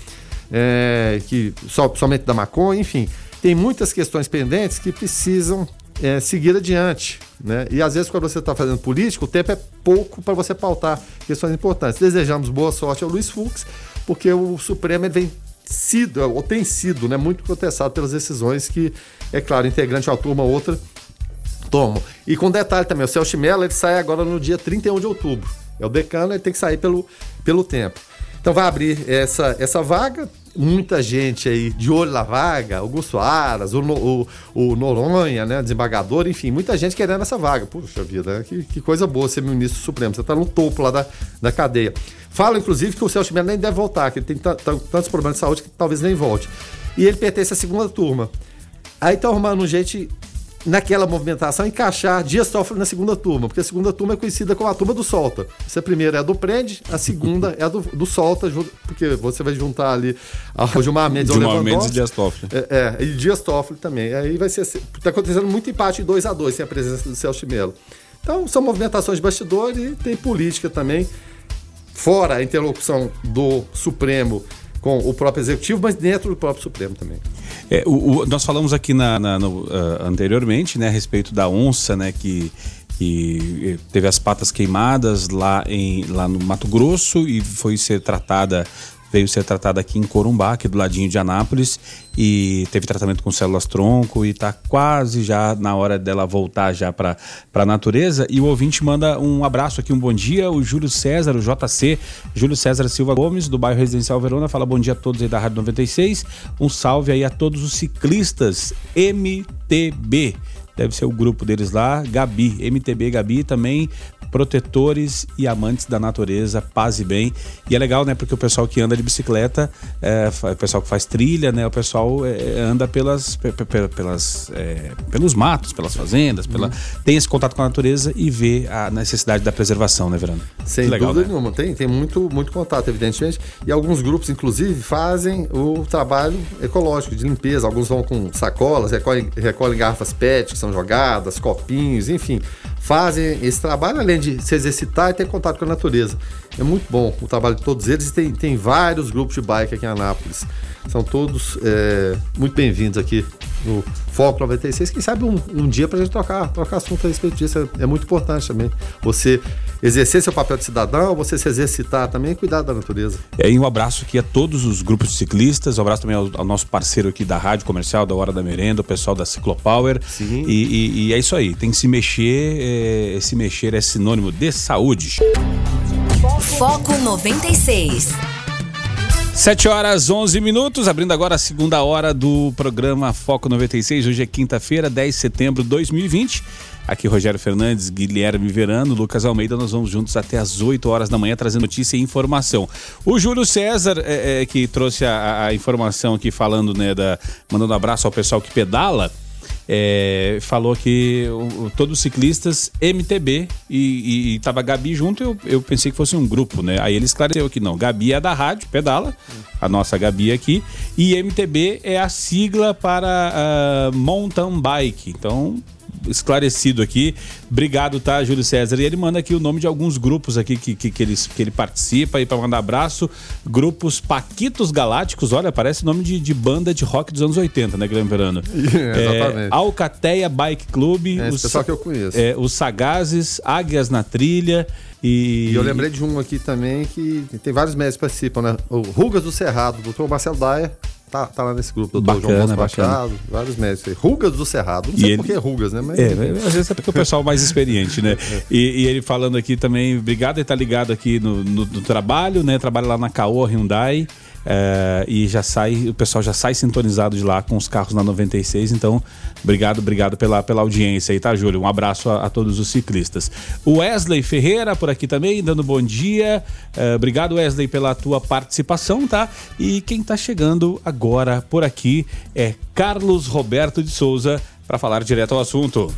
é, que so, somente da maconha, enfim. Tem muitas questões pendentes que precisam é, seguir adiante, né? E às vezes quando você está fazendo política, o tempo é pouco para você pautar questões importantes. Desejamos boa sorte ao Luiz Fux, porque o Supremo ele vem sido, ou tem sido, né, muito contestado pelas decisões que, é claro, integrante de uma turma ou outra tomam. E com detalhe também, o Celso Mello, ele sai agora no dia trinta e um de outubro. É o decano, ele tem que sair pelo, pelo tempo. Então vai abrir essa, essa vaga, muita gente aí de olho na vaga, Augusto Aras, o, o, o Noronha, né, desembargador, enfim, muita gente querendo essa vaga. Puxa vida, né? que, que coisa boa ser ministro supremo, você está no topo lá da, da cadeia. Fala, inclusive, que o Celso Mello nem deve voltar, que ele tem tantos problemas de saúde que talvez nem volte. E ele pertence à segunda turma. Aí tá arrumando um jeito, naquela movimentação, encaixar Dias Toffoli na segunda turma, porque a segunda turma é conhecida como a turma do Solta. Essa primeira é a do Prende, a segunda é a do, do Solta, porque você vai juntar ali o Gilmar Mendes, Gilmar Mendes e Dias Toffoli. É, é, e Dias Toffoli também. Aí vai ser, tá acontecendo muito empate dois a dois sem a presença do Celso Mello. Então, são movimentações de bastidores e tem política também, fora a interlocução do Supremo com o próprio Executivo, mas dentro do próprio Supremo também. É, o, o, nós falamos aqui na, na, no, uh, anteriormente, né, a respeito da onça, né, que, que teve as patas queimadas lá, em, lá no Mato Grosso e foi ser tratada, veio ser tratada aqui em Corumbá, aqui do ladinho de Anápolis, e teve tratamento com células-tronco e tá quase já na hora dela voltar já para a natureza. E o ouvinte manda um abraço aqui, um bom dia, o Júlio César, o J C, Júlio César Silva Gomes, do bairro Residencial Verona, fala bom dia a todos aí da Rádio noventa e seis, um salve aí a todos os ciclistas M T B, deve ser o grupo deles lá, Gabi, M T B Gabi também, protetores e amantes da natureza, paz e bem. E é legal, né, porque o pessoal que anda de bicicleta, é, o pessoal que faz trilha, né, o pessoal é, anda pelas, pe, pe, pelas, é, pelos matos, pelas fazendas, pela, uhum. tem esse contato com a natureza e vê a necessidade da preservação, né, Verano? Sem legal, dúvida né? nenhuma, tem, tem muito, muito contato, evidentemente, e alguns grupos, inclusive, fazem o trabalho ecológico, de limpeza, alguns vão com sacolas, recolhem, recolhem garrafas P E T que são jogadas, copinhos, enfim, fazem esse trabalho, além de se exercitar e ter contato com a natureza. É muito bom o trabalho de todos eles e tem, tem vários grupos de bike aqui em Anápolis. São todos é, muito bem-vindos aqui no Foco noventa e seis. Quem sabe um, um dia pra gente trocar, trocar assunto a respeito disso. É, é muito importante também. Você exercer seu papel de cidadão, você se exercitar também e cuidar da natureza. É, e um abraço aqui a todos os grupos de ciclistas, um abraço também ao, ao nosso parceiro aqui da Rádio Comercial, da Hora da Merenda, o pessoal da Ciclopower. Sim. E, e, e é isso aí, tem que se mexer, é, se mexer é sinônimo de saúde. Foco noventa e seis. sete horas, onze minutos, abrindo agora a segunda hora do programa Foco noventa e seis. Hoje é quinta-feira, dez de setembro de dois mil e vinte. Aqui Rogério Fernandes, Guilherme Verano, Lucas Almeida, nós vamos juntos até as oito horas da manhã trazendo notícia e informação. O Júlio César, é, é, que trouxe a, a informação aqui falando, né, da, mandando um abraço ao pessoal que pedala, É, falou que o, todos os ciclistas M T B e, e, e tava Gabi junto, eu, eu pensei que fosse um grupo, né? Aí ele esclareceu que não, Gabi é da rádio, pedala, a nossa Gabi aqui, e M T B é a sigla para uh, mountain bike. Então, esclarecido aqui. Obrigado, tá, Júlio César? E ele manda aqui o nome de alguns grupos aqui que, que, que, ele, que ele participa aí para mandar abraço. Grupos Paquitos Galácticos, olha, parece nome de, de banda de rock dos anos oitenta, né, Guilherme Verano? É, exatamente. É, Alcateia Bike Club. É, esse os, pessoal que eu conheço. É, os Sagazes, Águias na Trilha. E... e eu lembrei de um aqui também que tem vários médicos que participam, né? O Rugas do Cerrado, o doutor Marcelo Daia. Tá, tá lá nesse grupo, doutor João Bosco Machado, vários médicos. Rugas do Cerrado. Não sei por que rugas, né? Mas... É, às vezes é porque o pessoal mais experiente, né? E, e ele falando aqui também, obrigado por estar ligado aqui no, no, no trabalho, né? Trabalha lá na Caoa Hyundai. É, e já sai, o pessoal já sai sintonizado de lá com os carros na noventa e seis, então obrigado, obrigado pela, pela audiência aí, tá, Júlio? Um abraço a, a todos os ciclistas. O Wesley Ferreira por aqui também, dando bom dia. É, obrigado, Wesley, pela tua participação, tá? E quem tá chegando agora por aqui é Carlos Roberto de Souza para falar direto ao assunto.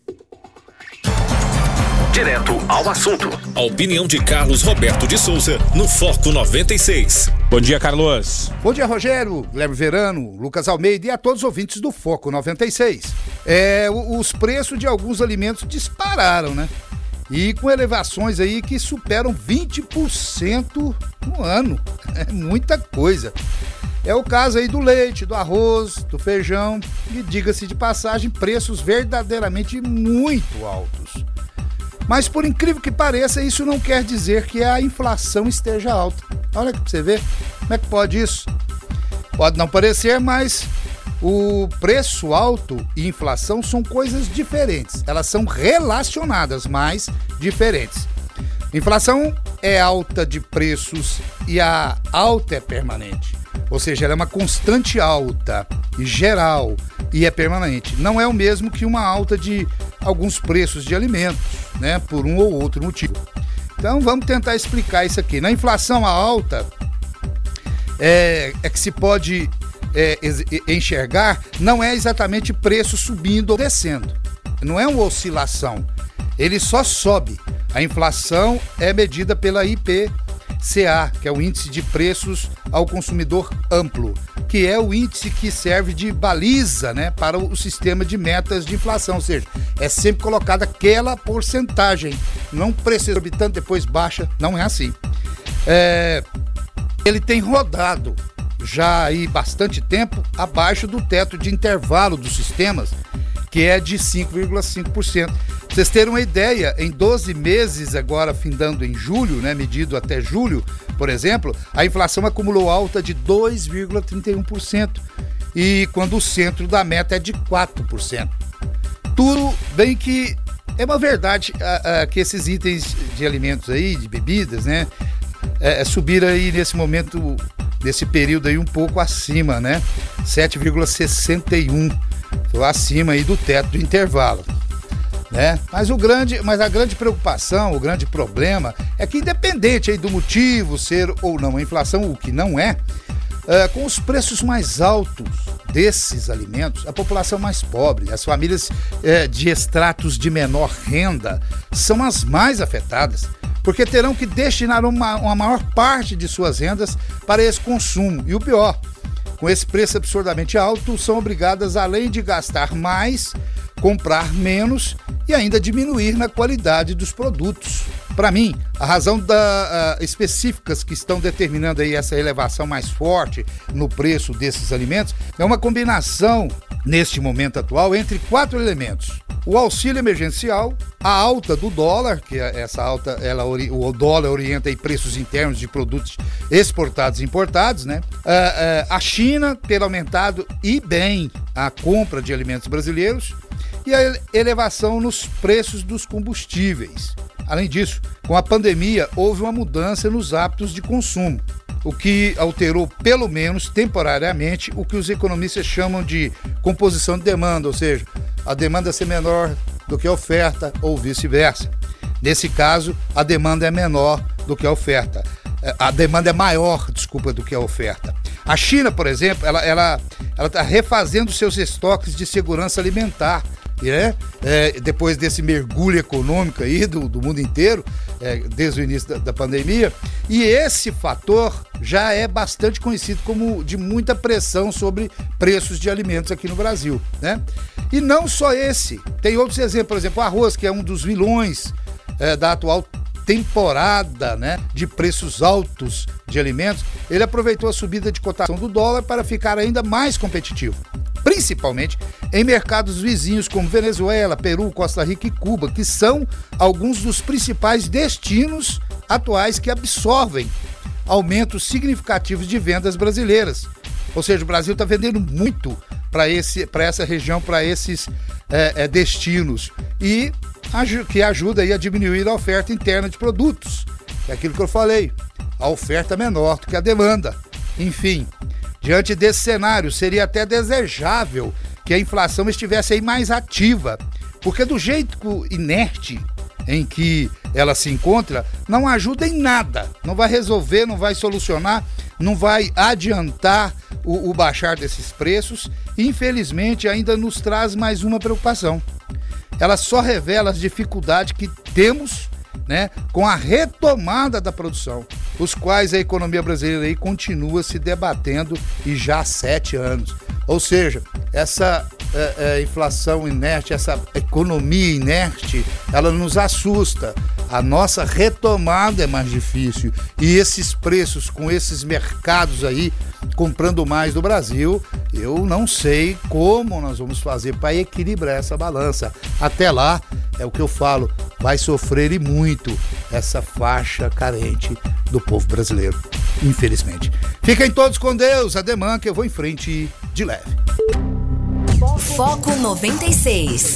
Direto ao assunto. A opinião de Carlos Roberto de Souza no Foco noventa e seis. Bom dia, Carlos. Bom dia, Rogério, Guilherme Verano, Lucas Almeida e a todos os ouvintes do Foco noventa e seis. É, os preços de alguns alimentos dispararam, né? e com elevações aí que superam vinte por cento no ano. É muita coisa. É o caso aí do leite, do arroz, do feijão e, diga-se de passagem, preços verdadeiramente muito altos. Mas, por incrível que pareça, isso não quer dizer que a inflação esteja alta. Olha aqui pra você ver como é que pode isso. Pode não parecer, mas o preço alto e inflação são coisas diferentes. Elas são relacionadas, mas diferentes. Inflação é alta de preços e a alta é permanente. Ou seja, ela é uma constante alta e geral e é permanente. Não é o mesmo que uma alta de alguns preços de alimentos, né, por um ou outro motivo. Então vamos tentar explicar isso aqui. Na inflação, a alta é, é que se pode é, enxergar, não é exatamente preço subindo ou descendo. Não é uma oscilação. Ele só sobe. A inflação é medida pela I P C A, que é o Índice de Preços ao Consumidor Amplo, que é o índice que serve de baliza, né, para o sistema de metas de inflação, ou seja, é sempre colocada aquela porcentagem, não preço exorbitante, depois baixa, não é assim. É, ele tem rodado já aí bastante tempo abaixo do teto de intervalo dos sistemas, que é de cinco vírgula cinco por cento. Pra vocês terem uma ideia, em doze meses, agora findando em julho, né, medido até julho, por exemplo, a inflação acumulou alta de dois vírgula trinta e um por cento, e quando o centro da meta é de quatro por cento. Tudo bem que é uma verdade a, a, que esses itens de alimentos aí, de bebidas, né, é, é subir aí nesse momento, nesse período aí um pouco acima, né, sete vírgula sessenta e um, então, acima aí do teto do intervalo. Né? Mas, o grande, mas a grande preocupação, o grande problema é que, independente aí do motivo ser ou não a inflação, o que não é, é, com os preços mais altos desses alimentos, a população mais pobre, as famílias é, de estratos de menor renda são as mais afetadas, porque terão que destinar uma, uma maior parte de suas rendas para esse consumo. E o pior, com esse preço absurdamente alto, são obrigadas, além de gastar mais, comprar menos e ainda diminuir na qualidade dos produtos. Para mim, a razão da, uh, específicas que estão determinando aí essa elevação mais forte no preço desses alimentos é uma combinação, neste momento atual, entre quatro elementos. O auxílio emergencial, a alta do dólar, que é essa alta, ela, o dólar orienta aí preços internos de produtos exportados e importados, né? Uh, uh, a China ter aumentado e bem a compra de alimentos brasileiros e a elevação nos preços dos combustíveis. Além disso, com a pandemia, houve uma mudança nos hábitos de consumo, o que alterou, pelo menos temporariamente, o que os economistas chamam de composição de demanda, ou seja, a demanda ser menor do que a oferta ou vice-versa. Nesse caso, a demanda é menor do que a oferta. A demanda é maior, desculpa, do que a oferta. A China, por exemplo, ela ela ela está refazendo seus estoques de segurança alimentar, né? É, depois desse mergulho econômico aí do, do mundo inteiro, é, desde o início da, da pandemia, e esse fator já é bastante conhecido como de muita pressão sobre preços de alimentos aqui no Brasil, né? E não só esse, tem outros exemplos, por exemplo, o arroz, que é um dos vilões é, da atual temporada, né, de preços altos de alimentos. Ele aproveitou a subida de cotação do dólar para ficar ainda mais competitivo, principalmente em mercados vizinhos como Venezuela, Peru, Costa Rica e Cuba, que são alguns dos principais destinos atuais que absorvem aumentos significativos de vendas brasileiras. Ou seja, o Brasil está vendendo muito para esse, para essa região, para esses é, é, destinos, e que ajuda aí a diminuir a oferta interna de produtos. É aquilo que eu falei, a oferta é menor do que a demanda. Enfim, diante desse cenário, seria até desejável que a inflação estivesse aí mais ativa, porque do jeito inerte em que ela se encontra, não ajuda em nada, não vai resolver, não vai solucionar, não vai adiantar o, o baixar desses preços, e infelizmente ainda nos traz mais uma preocupação. Ela só revela as dificuldades que temos, né, com a retomada da produção, os quais a economia brasileira aí continua se debatendo e já há sete anos. Ou seja, essa é, é, inflação inerte, essa economia inerte, ela nos assusta. A nossa retomada é mais difícil. E esses preços com esses mercados aí comprando mais do Brasil, eu não sei como nós vamos fazer para equilibrar essa balança. Até lá, é o que eu falo, vai sofrer e muito essa faixa carente do povo brasileiro, infelizmente. Fiquem todos com Deus, ademã que eu vou em frente de leve. Foco noventa e seis.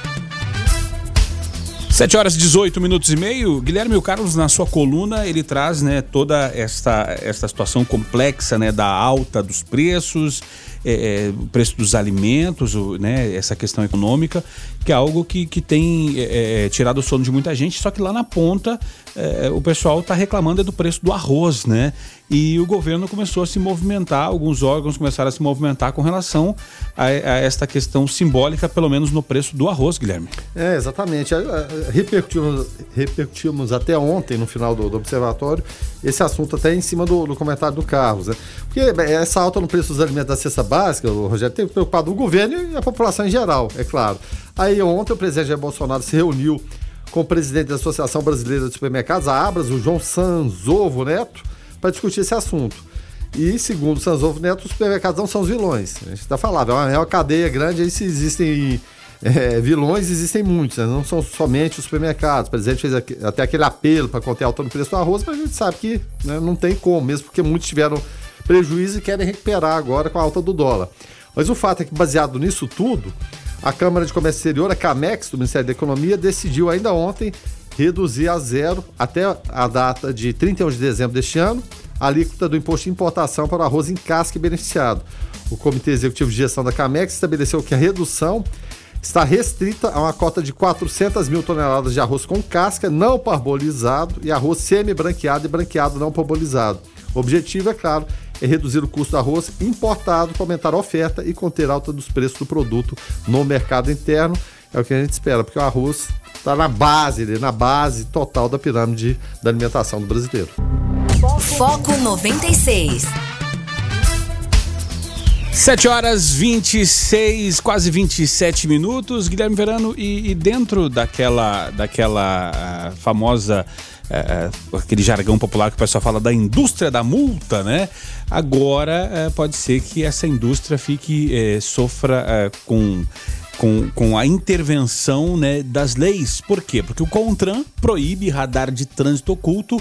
sete horas e dezoito minutos e meio. Guilherme o Carlos, na sua coluna, ele traz, né, toda esta, esta situação complexa, né, da alta dos preços, é, o preço dos alimentos, o, né, essa questão econômica, que é algo que, que tem é, tirado o sono de muita gente, só que lá na ponta é, o pessoal está reclamando é do preço do arroz, né? E o governo começou a se movimentar, alguns órgãos começaram a se movimentar com relação a, a esta questão simbólica, pelo menos no preço do arroz, Guilherme. É, exatamente. Repercutimos, repercutimos até ontem, no final do, do observatório, esse assunto até em cima do, do comentário do Carlos, né? Porque essa alta no preço dos alimentos da cesta básica, o Rogério, tem preocupado o governo e a população em geral, é claro. Aí ontem o presidente Jair Bolsonaro se reuniu com o presidente da Associação Brasileira de Supermercados, a Abras, o João Sanzovo Neto, para discutir esse assunto. E, segundo o Sanzovo Neto, os supermercados não são os vilões. A gente está falando, é uma, é uma cadeia grande, aí se existem é, vilões, existem muitos, né? Não são somente os supermercados. O presidente fez aqui, até aquele apelo para conter a alta no preço do arroz, mas a gente sabe que, né, não tem como, mesmo porque muitos tiveram prejuízo e querem recuperar agora com a alta do dólar. Mas o fato é que, baseado nisso tudo, a Câmara de Comércio Exterior, a CAMEX, do Ministério da Economia, decidiu ainda ontem reduzir a zero até a data de trinta e um de dezembro deste ano a alíquota do imposto de importação para o arroz em casca e beneficiado. O Comitê Executivo de Gestão da CAMEX estabeleceu que a redução está restrita a uma cota de quatrocentas mil toneladas de arroz com casca não parbolizado e arroz semi-branqueado e branqueado não parbolizado. O objetivo, é claro, é reduzir o custo do arroz importado para aumentar a oferta e conter a alta dos preços do produto no mercado interno. É o que a gente espera, porque o arroz está na base, na base total da pirâmide da alimentação do brasileiro. Foco noventa e seis. sete horas vinte e seis, quase vinte e sete minutos, Guilherme Verano, e, e dentro daquela, daquela uh, famosa, uh, aquele jargão popular que o pessoal fala da indústria da multa, né? Agora uh, pode ser que essa indústria fique, uh, sofra uh, com... Com, com a intervenção, né, das leis. Por quê? Porque o CONTRAN proíbe radar de trânsito oculto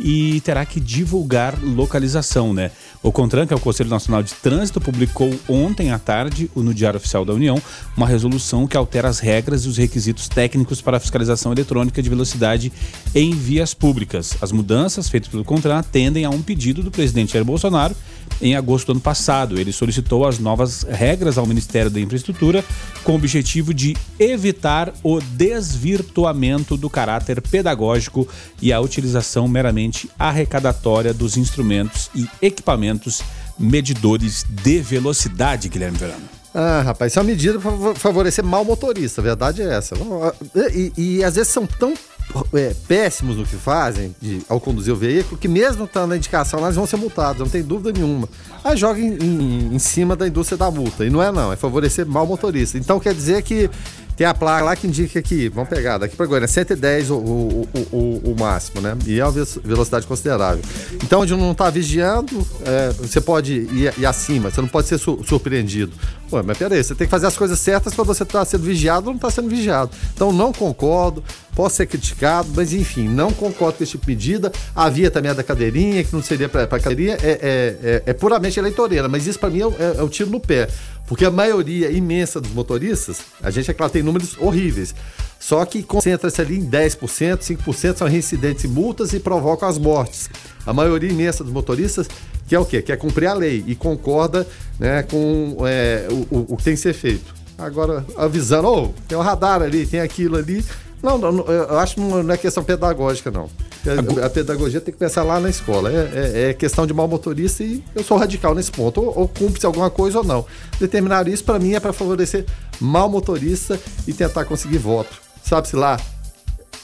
e terá que divulgar localização, né? O CONTRAN, que é o Conselho Nacional de Trânsito, publicou ontem à tarde, no Diário Oficial da União, uma resolução que altera as regras e os requisitos técnicos para a fiscalização eletrônica de velocidade em vias públicas. As mudanças feitas pelo CONTRAN atendem a um pedido do presidente Jair Bolsonaro em agosto do ano passado. Ele solicitou as novas regras ao Ministério da Infraestrutura com o objetivo de evitar o desvirtuamento do caráter pedagógico e a utilização meramente arrecadatória dos instrumentos e equipamentos medidores de velocidade, Guilherme Verano. Ah, rapaz, isso é uma medida para favorecer mal motorista, a verdade é essa. E, e, e às vezes são tão é, péssimos no que fazem de, ao conduzir o veículo que mesmo estando na indicação lá eles vão ser multados, não tem dúvida nenhuma. Aí joga em, em, em cima da indústria da multa, e não é não, é favorecer mal motorista. Então quer dizer que tem a placa lá que indica que, vamos pegar, daqui para Goiânia, cento e dez o, o, o, o, o máximo, né? E é uma velocidade considerável. Então, onde não está vigiando, é, você pode ir, ir acima, você não pode ser su- surpreendido. Pô, mas peraí, você tem que fazer as coisas certas quando você está sendo vigiado ou não está sendo vigiado. Então, não concordo, posso ser criticado, mas enfim, não concordo com esse tipo de medida. Havia também a da cadeirinha, que não seria para cadeirinha, é, é, é, é puramente eleitoreira, mas isso para mim é, é, é um tiro no pé. Porque a maioria imensa dos motoristas, a gente, é claro, tem números horríveis, só que concentra-se ali em dez por cento, cinco por cento são reincidentes e multas e provocam as mortes. A maioria imensa dos motoristas quer o quê? Quer cumprir a lei e concorda, né, com é, o, o, o que tem que ser feito. Agora, avisando, oh, tem um radar ali, tem aquilo ali. Não, não, eu acho que não é questão pedagógica, não. A, a pedagogia tem que pensar lá na escola. É, é, é questão de mau motorista e eu sou radical nesse ponto. Ou, ou cumpre-se alguma coisa ou não. Determinar isso, para mim, é para favorecer mau motorista e tentar conseguir voto. Sabe-se lá,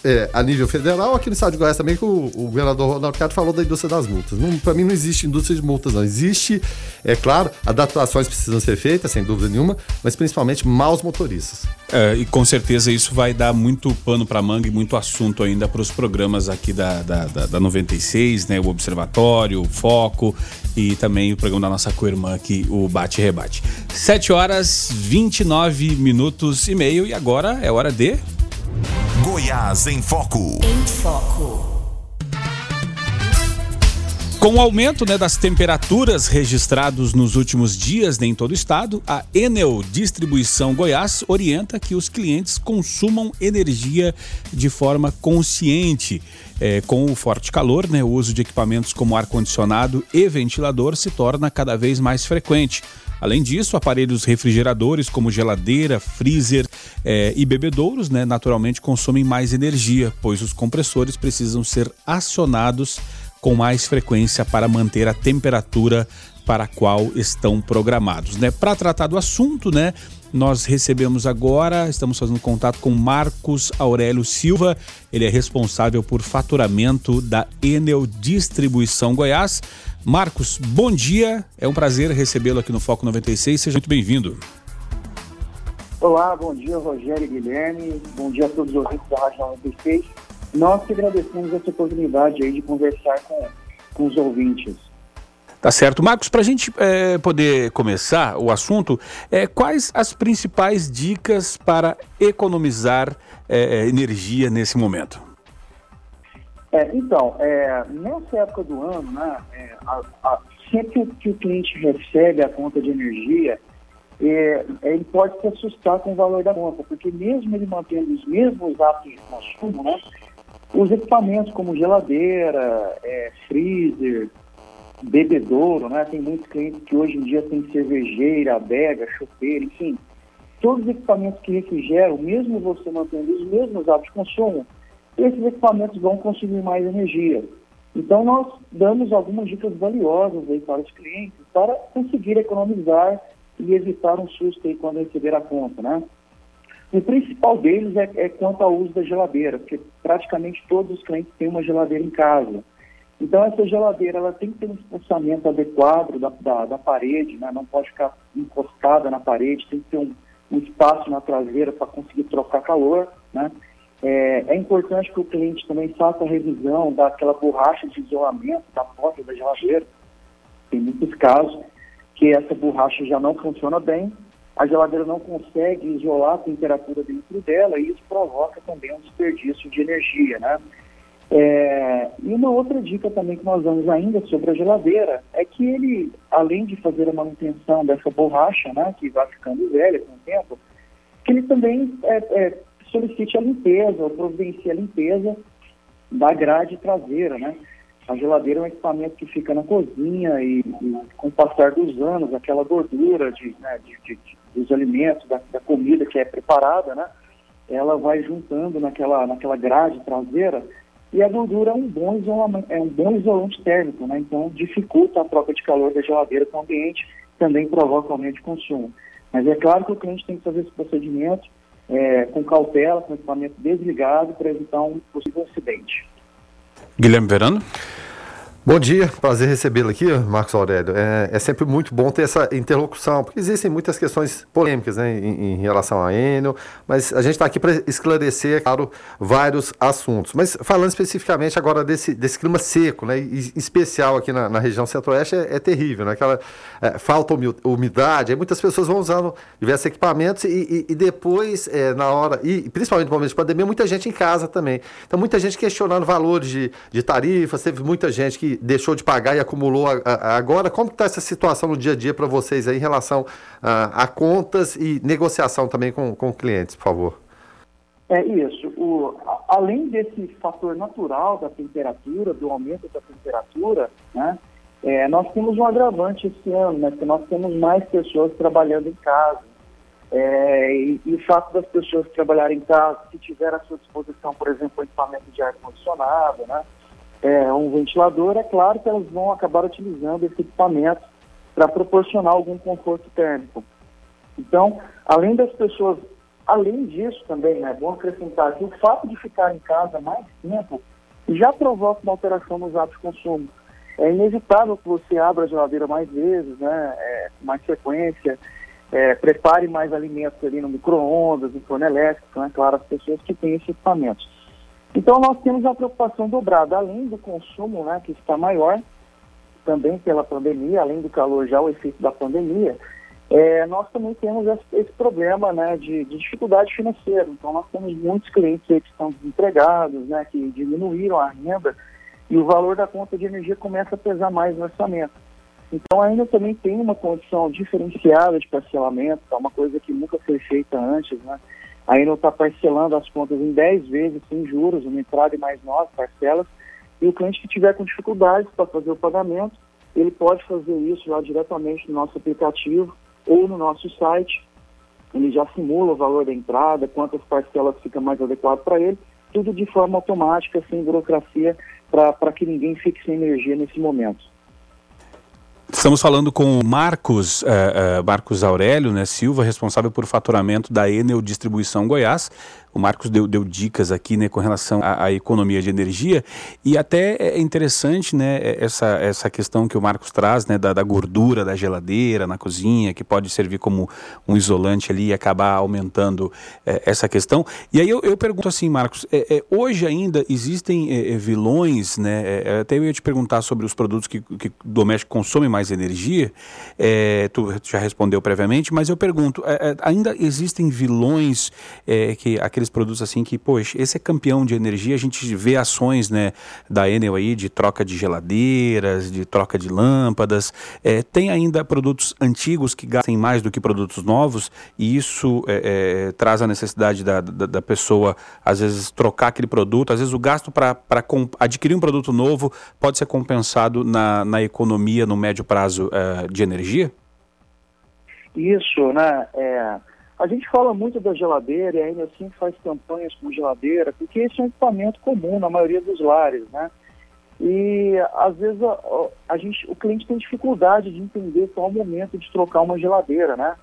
é, a nível federal, aqui no estado de Goiás também, que o, o governador Ronaldo Caiado falou da indústria das multas. Para mim não existe indústria de multas, não. Existe, é claro, adaptações precisam ser feitas, sem dúvida nenhuma, mas principalmente maus motoristas. É, e com certeza isso vai dar muito pano para manga e muito assunto ainda para os programas aqui da, da, da, da noventa e seis, né? O Observatório, o Foco e também o programa da nossa co-irmã aqui, o Bate e Rebate. sete horas, vinte e nove minutos e meio e agora é hora de... Goiás em Foco. Em Foco. Com o aumento, né, das temperaturas registrados nos últimos dias, né, em todo o estado, a Enel Distribuição Goiás orienta que os clientes consumam energia de forma consciente. É, com o forte calor, né, o uso de equipamentos como ar-condicionado e ventilador se torna cada vez mais frequente. Além disso, aparelhos refrigeradores como geladeira, freezer é, e bebedouros, né, naturalmente consomem mais energia, pois os compressores precisam ser acionados com mais frequência para manter a temperatura para a qual estão programados, né? Para tratar do assunto, né, nós recebemos agora, estamos fazendo contato com Marcos Aurélio Silva, ele é responsável por faturamento da Enel Distribuição Goiás. Marcos, bom dia, é um prazer recebê-lo aqui no Foco noventa e seis, seja muito bem-vindo. Olá, bom dia Rogério e Guilherme, bom dia a todos os ouvintes da Rádio noventa e seis. Nós que agradecemos essa oportunidade aí de conversar com, com os ouvintes. Tá certo. Marcos, para a gente é, poder começar o assunto, é, quais as principais dicas para economizar é, energia nesse momento? É, então, é, nessa época do ano, né, é, a, a, sempre que o cliente recebe a conta de energia, é, ele pode se assustar com o valor da conta, porque mesmo ele mantendo os mesmos hábitos de consumo, né, os equipamentos como geladeira, é, freezer, bebedouro, né? Tem muitos clientes que hoje em dia tem cervejeira, adega, chopeira, enfim. Todos os equipamentos que refrigeram, mesmo você mantendo os mesmos hábitos de consumo, esses equipamentos vão consumir mais energia. Então nós damos algumas dicas valiosas aí para os clientes para conseguir economizar e evitar um susto aí quando receber a conta, né? O principal deles é, é quanto ao uso da geladeira, porque praticamente todos os clientes têm uma geladeira em casa. Então, essa geladeira ela tem que ter um espaçamento adequado da, da, da parede, né? Não pode ficar encostada na parede, tem que ter um, um espaço na traseira para conseguir trocar calor, né? É, é importante que o cliente também faça a revisão daquela borracha de isolamento da porta da geladeira. Tem muitos casos que essa borracha já não funciona bem, a geladeira não consegue isolar a temperatura dentro dela e isso provoca também um desperdício de energia, né? É, e uma outra dica também que nós damos ainda sobre a geladeira é que ele, além de fazer a manutenção dessa borracha, né, que vai ficando velha com o tempo, que ele também é, é, solicite a limpeza, ou providencie a limpeza da grade traseira, né? A geladeira é um equipamento que fica na cozinha e, e com o passar dos anos, aquela gordura de, né, de, de, de, dos alimentos, da, da comida que é preparada, né? Ela vai juntando naquela, naquela grade traseira e a gordura é um bom isolamento, é um bom isolante térmico, né? Então dificulta a troca de calor da geladeira com o ambiente, também provoca aumento de consumo. Mas é claro que o cliente tem que fazer esse procedimento é, com cautela, com o equipamento desligado para evitar um possível acidente. Guilherme Verano. Bom dia, prazer recebê-lo aqui, Marcos Aurélio. É, é sempre muito bom ter essa interlocução, porque existem muitas questões polêmicas, né, em, em relação à Enel, mas a gente está aqui para esclarecer, claro, vários assuntos. Mas falando especificamente agora desse, desse clima seco, né, e especial aqui na, na região centro-oeste, é, é terrível, né, aquela é, falta umidade, aí muitas pessoas vão usando diversos equipamentos e, e, e depois, é, na hora, e principalmente no momento de pandemia, muita gente em casa também. Então, muita gente questionando valores de, de tarifas, teve muita gente que deixou de pagar e acumulou a, a, agora. Como está essa situação no dia a dia para vocês aí em relação a, a contas e negociação também com, com clientes, por favor? É isso. O, a, além desse fator natural da temperatura, do aumento da temperatura, né, é, nós temos um agravante esse ano, né, que nós temos mais pessoas trabalhando em casa. É, e, e o fato das pessoas trabalharem em casa, se tiver à sua disposição, por exemplo, um equipamento de ar-condicionado, né, É, um ventilador, é claro que elas vão acabar utilizando esse equipamento para proporcionar algum conforto térmico. Então, além das pessoas Além disso também, né, é bom acrescentar que o fato de ficar em casa mais tempo já provoca uma alteração nos hábitos de consumo. É inevitável que você abra a geladeira mais vezes, né, é, com mais frequência, é, prepare mais alimentos ali no micro-ondas, no forno elétrico, né, claro, as pessoas que têm esse equipamento. Então nós temos uma preocupação dobrada, além do consumo, né, que está maior, também pela pandemia, além do calor já o efeito da pandemia, é, nós também temos esse, esse problema, né, de, de dificuldade financeira. Então nós temos muitos clientes aí que estão desempregados, né, que diminuíram a renda e o valor da conta de energia começa a pesar mais no orçamento. Então ainda também tem uma condição diferenciada de parcelamento, que é uma coisa que nunca foi feita antes, né? Ainda está parcelando as contas em dez vezes sem juros, uma entrada e mais nove parcelas, e o cliente que tiver com dificuldades para fazer o pagamento, ele pode fazer isso lá diretamente no nosso aplicativo ou no nosso site. Ele já simula o valor da entrada, quantas parcelas fica mais adequado para ele, tudo de forma automática, sem burocracia, para que ninguém fique sem energia nesse momento. Estamos falando com o Marcos, uh, uh, Marcos Aurélio, né, Silva, responsável por faturamento da Enel Distribuição Goiás. O Marcos deu, deu dicas aqui, né, com relação à, à economia de energia, e até é interessante, né, essa, essa questão que o Marcos traz, né, da, da gordura da geladeira na cozinha, que pode servir como um isolante ali e acabar aumentando é, essa questão. E aí eu, eu pergunto assim, Marcos, é, é, hoje ainda existem é, vilões, né, é, até eu ia te perguntar sobre os produtos que, que doméstico consomem mais energia, é, tu já respondeu previamente, mas eu pergunto, é, ainda existem vilões, é, que aqueles produtos assim que, poxa, esse é campeão de energia, a gente vê ações, né, da Enel aí de troca de geladeiras, de troca de lâmpadas, é, tem ainda produtos antigos que gastem mais do que produtos novos, e isso é, é, traz a necessidade da, da, da pessoa, às vezes, trocar aquele produto, às vezes o gasto para adquirir um produto novo pode ser compensado na, na economia no médio prazo uh, de energia? Isso, né, é... A gente fala muito da geladeira e ainda assim faz campanhas com geladeira, porque esse é um equipamento comum na maioria dos lares, né? E às vezes a, a gente, o cliente tem dificuldade de entender qual é o momento de trocar uma geladeira, né?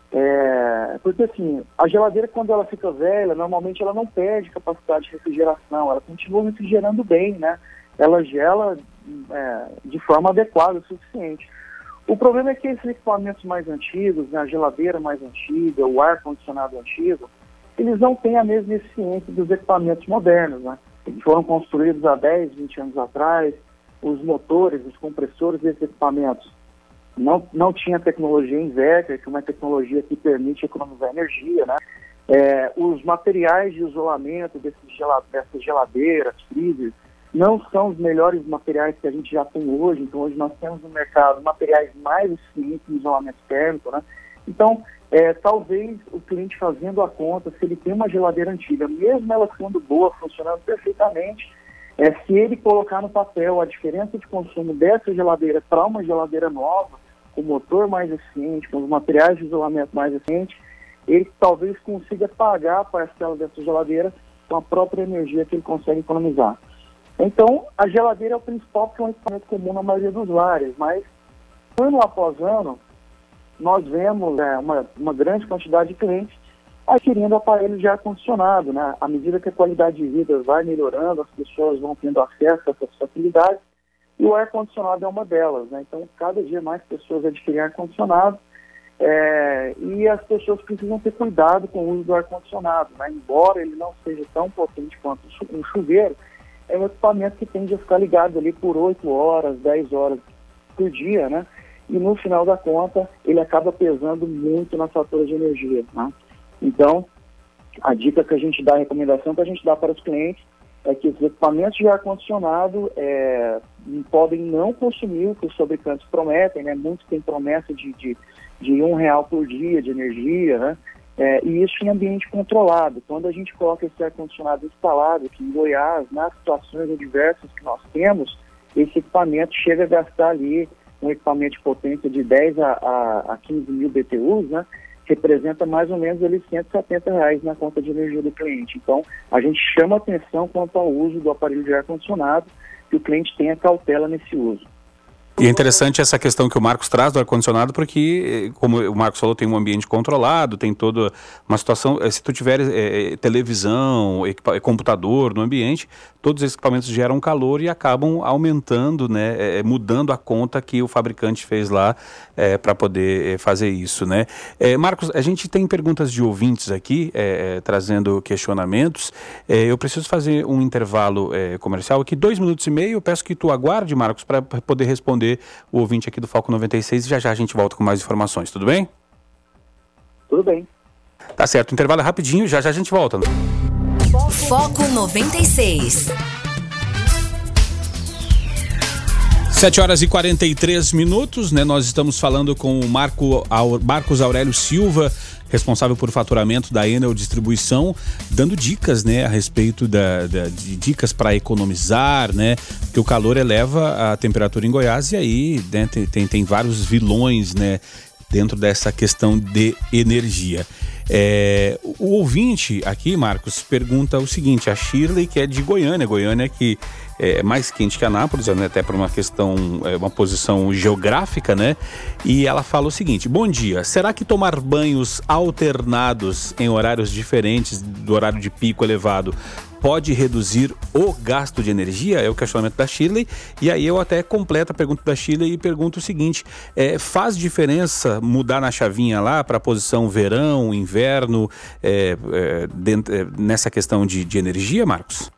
É, porque assim, a geladeira quando ela fica velha, normalmente ela não perde capacidade de refrigeração, ela continua refrigerando bem, né? Ela gela é, de forma adequada o suficiente. O problema é que esses equipamentos mais antigos, né, a geladeira mais antiga, o ar-condicionado antigo, eles não têm a mesma eficiência dos equipamentos modernos, né? Eles foram construídos há dez, vinte anos atrás, os motores, os compressores desses equipamentos não, não tinha tecnologia inverter, que é uma tecnologia que permite economizar energia, né? É, os materiais de isolamento desses gel, dessas geladeiras, freezers, não são os melhores materiais que a gente já tem hoje. Então hoje nós temos no mercado materiais mais eficientes no isolamento térmico, né? Então, é, talvez o cliente fazendo a conta, se ele tem uma geladeira antiga, mesmo ela sendo boa, funcionando perfeitamente, é, se ele colocar no papel a diferença de consumo dessa geladeira para uma geladeira nova, com motor mais eficiente, com os materiais de isolamento mais eficientes, ele talvez consiga pagar a parcela dessa geladeira com a própria energia que ele consegue economizar. Então, a geladeira é o principal, porque é um equipamento comum na maioria dos lares, mas ano após ano, nós vemos é, uma, uma grande quantidade de clientes adquirindo aparelhos de ar-condicionado, né? À medida que a qualidade de vida vai melhorando, as pessoas vão tendo acesso a essas facilidades, e o ar-condicionado é uma delas, né? Então, cada dia mais pessoas adquirem ar-condicionado, é, e as pessoas precisam ter cuidado com o uso do ar-condicionado, né? Embora ele não seja tão potente quanto um chuveiro, é um equipamento que tende a ficar ligado ali por oito horas, dez horas por dia, né? E no final da conta, ele acaba pesando muito na fatura de energia, né? Então, a dica que a gente dá, a recomendação que a gente dá para os clientes é que os equipamentos de ar-condicionado é, podem não consumir o que os fabricantes prometem, né? Muitos têm promessa de, de, de um real por dia de energia, né? É, e isso em ambiente controlado. Quando a gente coloca esse ar-condicionado instalado aqui em Goiás, nas situações adversas que nós temos, esse equipamento chega a gastar ali um equipamento de potência de dez a quinze mil B T Us, né? Representa mais ou menos ali cento e setenta reais na conta de energia do cliente. Então, a gente chama atenção quanto ao uso do aparelho de ar-condicionado, que o cliente tenha cautela nesse uso. E é interessante essa questão que o Marcos traz do ar-condicionado, porque, como o Marcos falou, tem um ambiente controlado, tem toda uma situação, se tu tiver é, televisão, equipa- computador no ambiente, todos esses equipamentos geram calor e acabam aumentando, né, é, mudando a conta que o fabricante fez lá é, para poder é, fazer isso, né. É, Marcos, a gente tem perguntas de ouvintes aqui, é, é, trazendo questionamentos. É, eu preciso fazer um intervalo é, comercial aqui, dois minutos e meio. Eu peço que tu aguarde, Marcos, para poder responder o ouvinte aqui do Foco noventa e seis e já já a gente volta com mais informações, tudo bem? Tudo bem. Tá certo, o intervalo é rapidinho, já já a gente volta. Foco noventa e seis. sete horas e quarenta e três minutos, né? Nós estamos falando com o Marco, Marcos Aurélio Silva, responsável por faturamento da Enel Distribuição, dando dicas, né, a respeito da, da, de dicas para economizar, né, porque o calor eleva a temperatura em Goiás e aí, né, tem, tem, tem vários vilões, né, dentro dessa questão de energia. É, o ouvinte aqui, Marcos, pergunta o seguinte, a Shirley, que é de Goiânia, Goiânia que é mais quente que Anápolis, né, até por uma questão, é, uma posição geográfica, né, e ela fala o seguinte: bom dia, será que tomar banhos alternados em horários diferentes do horário de pico elevado pode reduzir o gasto de energia? É o questionamento da Shirley. E aí eu até completo a pergunta da Shirley e pergunto o seguinte, é, faz diferença mudar na chavinha lá para a posição verão, inverno, é, é, dentro, é, nessa questão de, de energia, Marcos?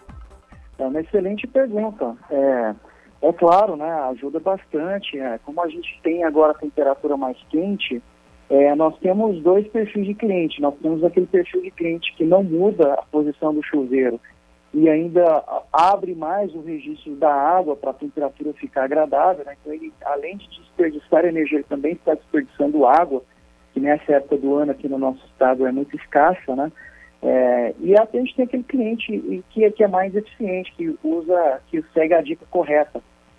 É uma excelente pergunta. É, é claro, né, ajuda bastante. É, como a gente tem agora a temperatura mais quente, É, nós temos dois perfis de cliente. Nós temos aquele perfil de cliente que não muda a posição do chuveiro e ainda abre mais o registro da água para a temperatura ficar agradável, né? Então ele, além de desperdiçar energia, ele também está desperdiçando água, que nessa época do ano aqui no nosso estado é muito escassa, né? É, e até a gente tem aquele cliente que, que é mais eficiente, que usa, que segue a dica correta.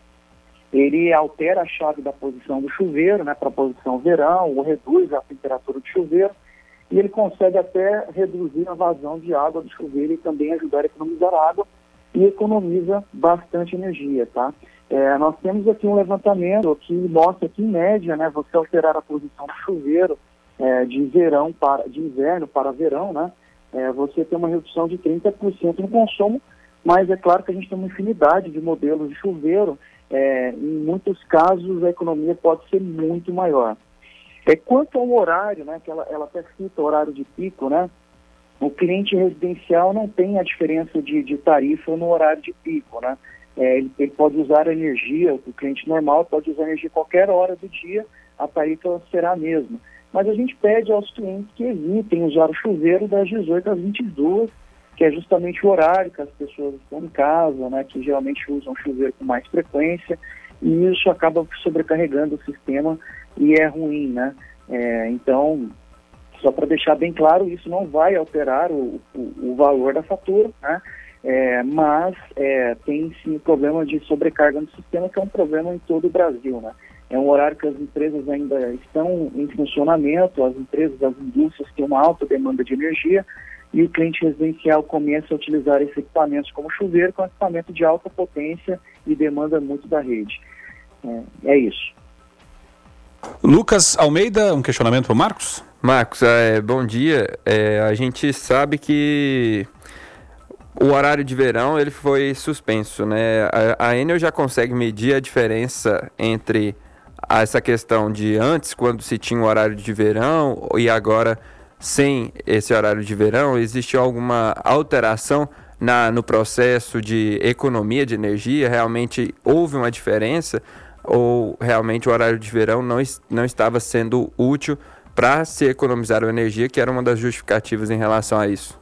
Ele altera a chave da posição do chuveiro, né, para a posição verão, ou reduz a temperatura do chuveiro, e ele consegue até reduzir a vazão de água do chuveiro e também ajudar a economizar água e economiza bastante energia, tá? É, nós temos aqui um levantamento que mostra que, em média, né, você alterar a posição do chuveiro é, de verão para, de inverno para verão, né, é, você tem uma redução de trinta por cento no consumo, mas é claro que a gente tem uma infinidade de modelos de chuveiro. É, em muitos casos a economia pode ser muito maior. É, quanto ao horário, né, que ela, ela até cita o horário de pico, né, o cliente residencial não tem a diferença de, de tarifa no horário de pico, né, é, ele, ele pode usar a energia, o cliente normal pode usar a energia qualquer hora do dia, a tarifa será a mesma. Mas a gente pede aos clientes que evitem usar o chuveiro das dezoito às vinte e duas, que é justamente o horário que as pessoas estão em casa, né, que geralmente usam chuveiro com mais frequência, e isso acaba sobrecarregando o sistema e é ruim, né? É, então, só para deixar bem claro, isso não vai alterar o, o, o valor da fatura, né? É, mas é, tem sim o problema de sobrecarga no sistema, que é um problema em todo o Brasil, né? É um horário que as empresas ainda estão em funcionamento, as empresas, as indústrias têm uma alta demanda de energia, e o cliente residencial começa a utilizar esses equipamentos como chuveiro, com equipamento de alta potência e demanda muito da rede. É, é isso. Lucas Almeida, um questionamento para o Marcos? Marcos, é, bom dia. É, a gente sabe que o horário de verão ele foi suspenso, né? A, a Enel já consegue medir a diferença entre essa questão de antes, quando se tinha o horário de verão, e agora sem esse horário de verão. Existe alguma alteração na, no processo de economia de energia? Realmente houve uma diferença? Ou realmente o horário de verão não, não estava sendo útil para se economizar a energia, que era uma das justificativas em relação a isso?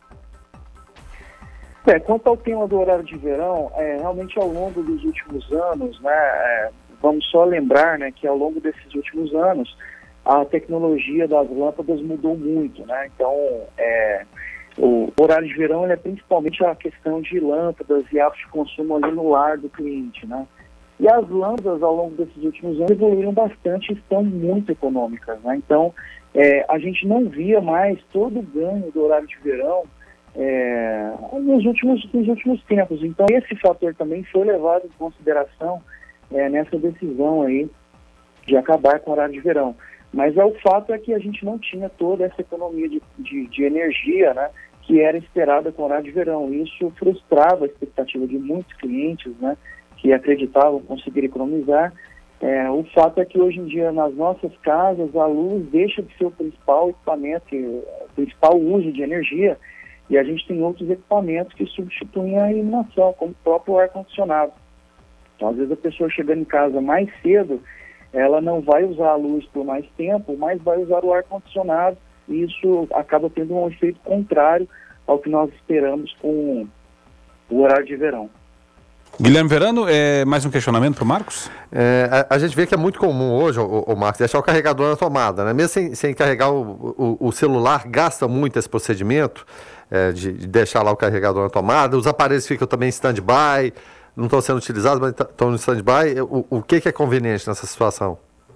É, quanto ao tema do horário de verão, é, realmente ao longo dos últimos anos, né, é, vamos só lembrar, né, que ao longo desses últimos anos, a tecnologia das lâmpadas mudou muito, né? Então, é, o horário de verão ele é principalmente a questão de lâmpadas e hábitos de consumo ali no lar do cliente, né? E as lâmpadas, ao longo desses últimos anos, evoluíram bastante e estão muito econômicas, né? Então, é, a gente não via mais todo o ganho do horário de verão é, nos, últimos, nos últimos tempos. Então, esse fator também foi levado em consideração é, nessa decisão aí de acabar com o horário de verão. Mas é, o fato é que a gente não tinha toda essa economia de, de, de energia, né, que era esperada com o horário de verão. Isso frustrava a expectativa de muitos clientes, né, que acreditavam conseguir economizar. É, o fato é que hoje em dia nas nossas casas a luz deixa de ser o principal equipamento, o principal uso de energia, e a gente tem outros equipamentos que substituem a iluminação, como o próprio ar-condicionado. Então, às vezes a pessoa chegando em casa mais cedo, ela não vai usar a luz por mais tempo, mas vai usar o ar-condicionado, e isso acaba tendo um efeito contrário ao que nós esperamos com o horário de verão. Guilherme Verano, é mais um questionamento para o Marcos? É, a, a gente vê que é muito comum hoje, o, o Marcos, deixar o carregador na tomada, né? Mesmo sem, sem carregar o, o, o celular, gasta muito esse procedimento é, de, de deixar lá o carregador na tomada. Os aparelhos ficam também em stand-by, não estão sendo utilizados, mas estão no stand-by. O, o que, que é conveniente nessa situação?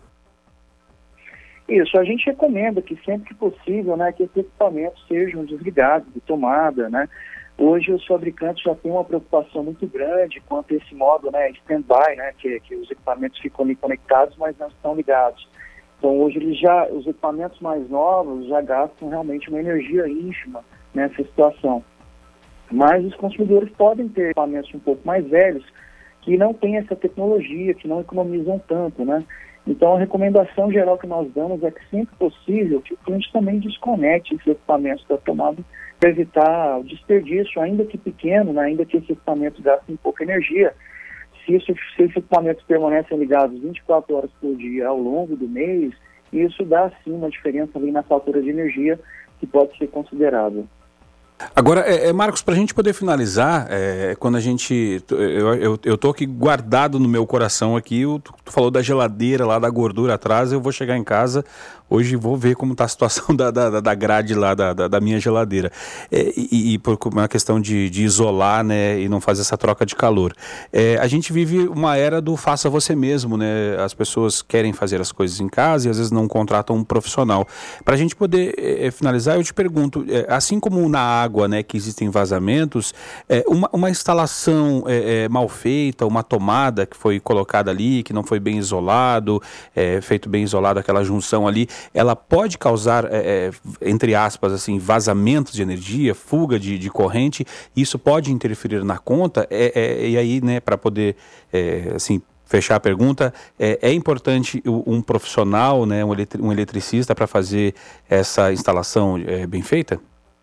Isso, a gente recomenda que sempre que possível, né, que esses equipamentos sejam desligados de tomada, né? Hoje os fabricantes já têm uma preocupação muito grande quanto a esse modo, né, stand-by, né, que, que os equipamentos ficam ali conectados, mas não estão ligados. Então hoje eles já, os equipamentos mais novos já gastam realmente uma energia ínfima nessa situação. Mas os consumidores podem ter equipamentos um pouco mais velhos que não têm essa tecnologia, que não economizam tanto, né? Então a recomendação geral que nós damos é que sempre possível que o cliente também desconecte esses equipamentos da tomada para evitar o desperdício, ainda que pequeno, né, ainda que esses equipamentos gastem pouca energia. Se, isso, se esses equipamentos permanecem ligados vinte e quatro horas por dia ao longo do mês, isso dá sim uma diferença ali na fatura de energia que pode ser considerável. Agora, é, é, Marcos, para a gente poder finalizar, é, quando a gente, eu, eu, eu tô aqui guardado no meu coração aqui, o, tu falou da geladeira lá, da gordura atrás, eu vou chegar em casa, hoje vou ver como está a situação da, da, da grade lá, da, da, da minha geladeira, é, e, e por uma questão de, de isolar, né, e não fazer essa troca de calor. É, a gente vive uma era do faça você mesmo, né, as pessoas querem fazer as coisas em casa e às vezes não contratam um profissional. Para a gente poder é, finalizar, eu te pergunto, é, assim como na água, água, né, que existem vazamentos, é, uma, uma instalação é, é, mal feita, uma tomada que foi colocada ali, que não foi bem isolado, é, feito bem isolado aquela junção ali, ela pode causar, é, é, entre aspas, assim, vazamentos de energia, fuga de, de corrente, isso pode interferir na conta, é, é, e aí, né, para poder, é, assim, fechar a pergunta, é, é importante um profissional, né, um, eletri- um eletricista para fazer essa instalação é, bem feita?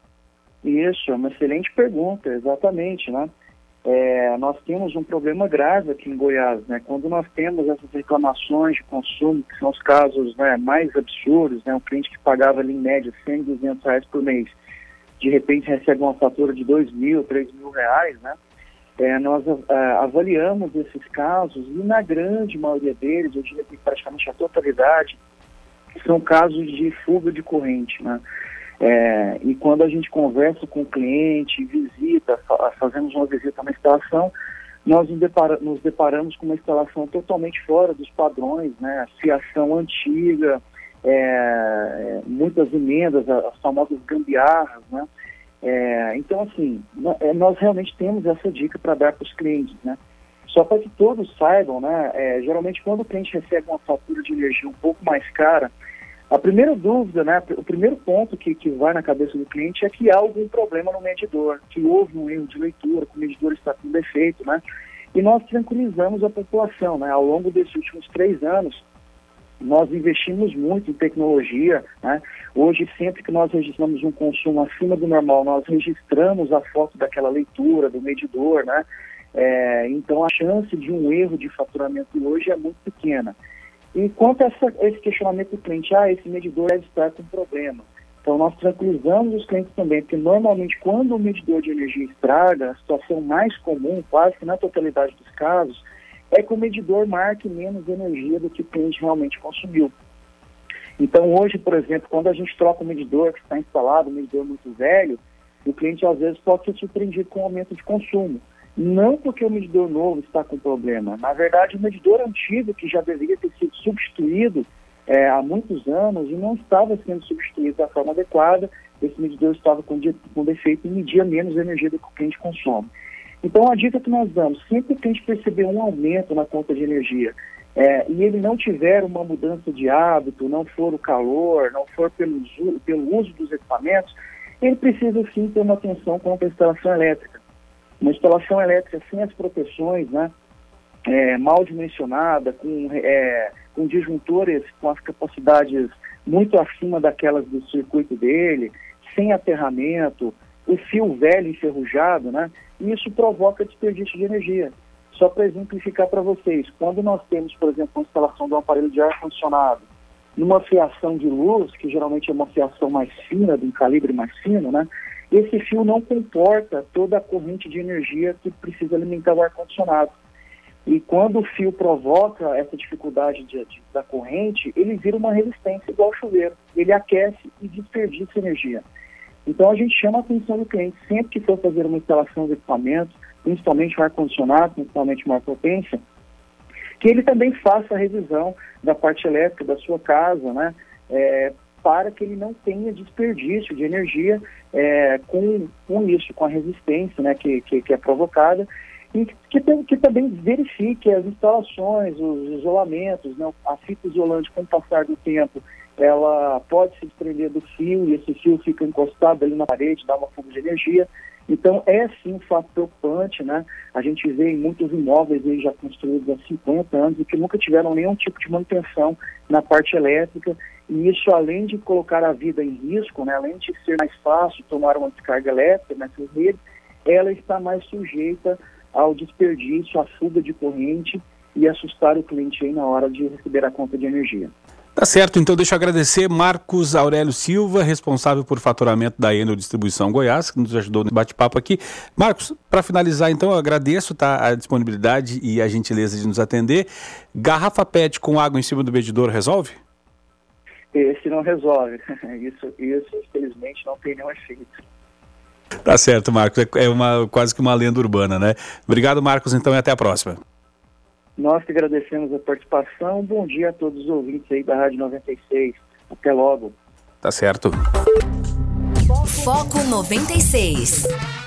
Isso, é uma excelente pergunta, exatamente, né? É, nós temos um problema grave aqui em Goiás, né? Quando nós temos essas reclamações de consumo, que são os casos, né, mais absurdos, né? Um cliente que pagava ali em média cem, duzentos reais por mês, de repente recebe uma fatura de dois mil, três mil reais, né? É, nós é, avaliamos esses casos e na grande maioria deles, eu diria que praticamente a totalidade, são casos de fuga de corrente, né? É, e quando a gente conversa com o cliente, visita, fa- fazemos uma visita na instalação, nós nos, depara- nos deparamos com uma instalação totalmente fora dos padrões, né? Fiação antiga, é, muitas emendas, as famosas gambiarras, né? É, então, assim, nós realmente temos essa dica para dar para os clientes, né? Só para que todos saibam, né? É, geralmente, quando o cliente recebe uma fatura de energia um pouco mais cara, a primeira dúvida, né, o primeiro ponto que, que vai na cabeça do cliente é que há algum problema no medidor, que houve um erro de leitura, que o medidor está com defeito, né? E nós tranquilizamos a população, né? Ao longo desses últimos três anos, nós investimos muito em tecnologia, né? Hoje, sempre que nós registramos um consumo acima do normal, nós registramos a foto daquela leitura, do medidor, né? É, então, a chance de um erro de faturamento hoje é muito pequena. E quanto a essa, esse questionamento do cliente, ah, esse medidor deve estar com problema. Então, nós tranquilizamos os clientes também, porque normalmente quando o medidor de energia estraga, a situação mais comum, quase que na totalidade dos casos, é que o medidor marque menos energia do que o cliente realmente consumiu. Então, hoje, por exemplo, quando a gente troca o medidor que está instalado, um medidor muito velho, o cliente às vezes pode ser surpreendido com aumento de consumo. Não porque o medidor novo está com problema. Na verdade, o medidor antigo, que já deveria ter sido substituído é, há muitos anos e não estava sendo substituído da forma adequada, esse medidor estava com, de, com defeito e media menos energia do que o cliente consome. Então, a dica que nós damos, sempre que a gente perceber um aumento na conta de energia é, e ele não tiver uma mudança de hábito, não for o calor, não for pelo uso, pelo uso dos equipamentos, ele precisa sim ter uma atenção quanto à instalação elétrica. Uma instalação elétrica sem as proteções, né, é, mal dimensionada, com, é, com disjuntores com as capacidades muito acima daquelas do circuito dele, sem aterramento, o fio velho enferrujado, né? E isso provoca desperdício de energia. Só para exemplificar para vocês, quando nós temos, por exemplo, a instalação de um aparelho de ar-condicionado numa fiação de luz, que geralmente é uma fiação mais fina, de um calibre mais fino, né? Esse fio não comporta toda a corrente de energia que precisa alimentar o ar-condicionado. E quando o fio provoca essa dificuldade de, de, da corrente, ele vira uma resistência igual ao chuveiro. Ele aquece e desperdiça energia. Então a gente chama a atenção do cliente sempre que for fazer uma instalação de equipamento, principalmente o ar-condicionado, principalmente maior potência, que ele também faça a revisão da parte elétrica da sua casa, né, é, para que ele não tenha desperdício de energia é, com, com isso, com a resistência, né, que, que, que é provocada, e que, que, que também verifique as instalações, os isolamentos, né, a fita isolante, com o passar do tempo, ela pode se desprender do fio e esse fio fica encostado ali na parede, dá uma fuga de energia. Então é sim um fato preocupante, né? A gente vê em muitos imóveis aí já construídos há cinquenta anos e que nunca tiveram nenhum tipo de manutenção na parte elétrica, e isso, além de colocar a vida em risco, né? Além de ser mais fácil tomar uma descarga elétrica nessas redes, ela está mais sujeita ao desperdício, à fuga de corrente e assustar o cliente aí na hora de receber a conta de energia. Tá certo, então deixa eu agradecer Marcos Aurélio Silva, responsável por faturamento da Enel Distribuição Goiás, que nos ajudou no bate-papo aqui. Marcos, para finalizar então, eu agradeço, tá, a disponibilidade e a gentileza de nos atender. Garrafa P E T com água em cima do medidor resolve? Esse não resolve, isso, isso infelizmente não tem nenhum efeito. Tá certo, Marcos, é uma, quase que uma lenda urbana, né? Obrigado, Marcos, então, e até a próxima. Nós que agradecemos a participação. Bom dia a todos os ouvintes aí da Rádio noventa e seis. Até logo. Tá certo. Foco noventa e seis.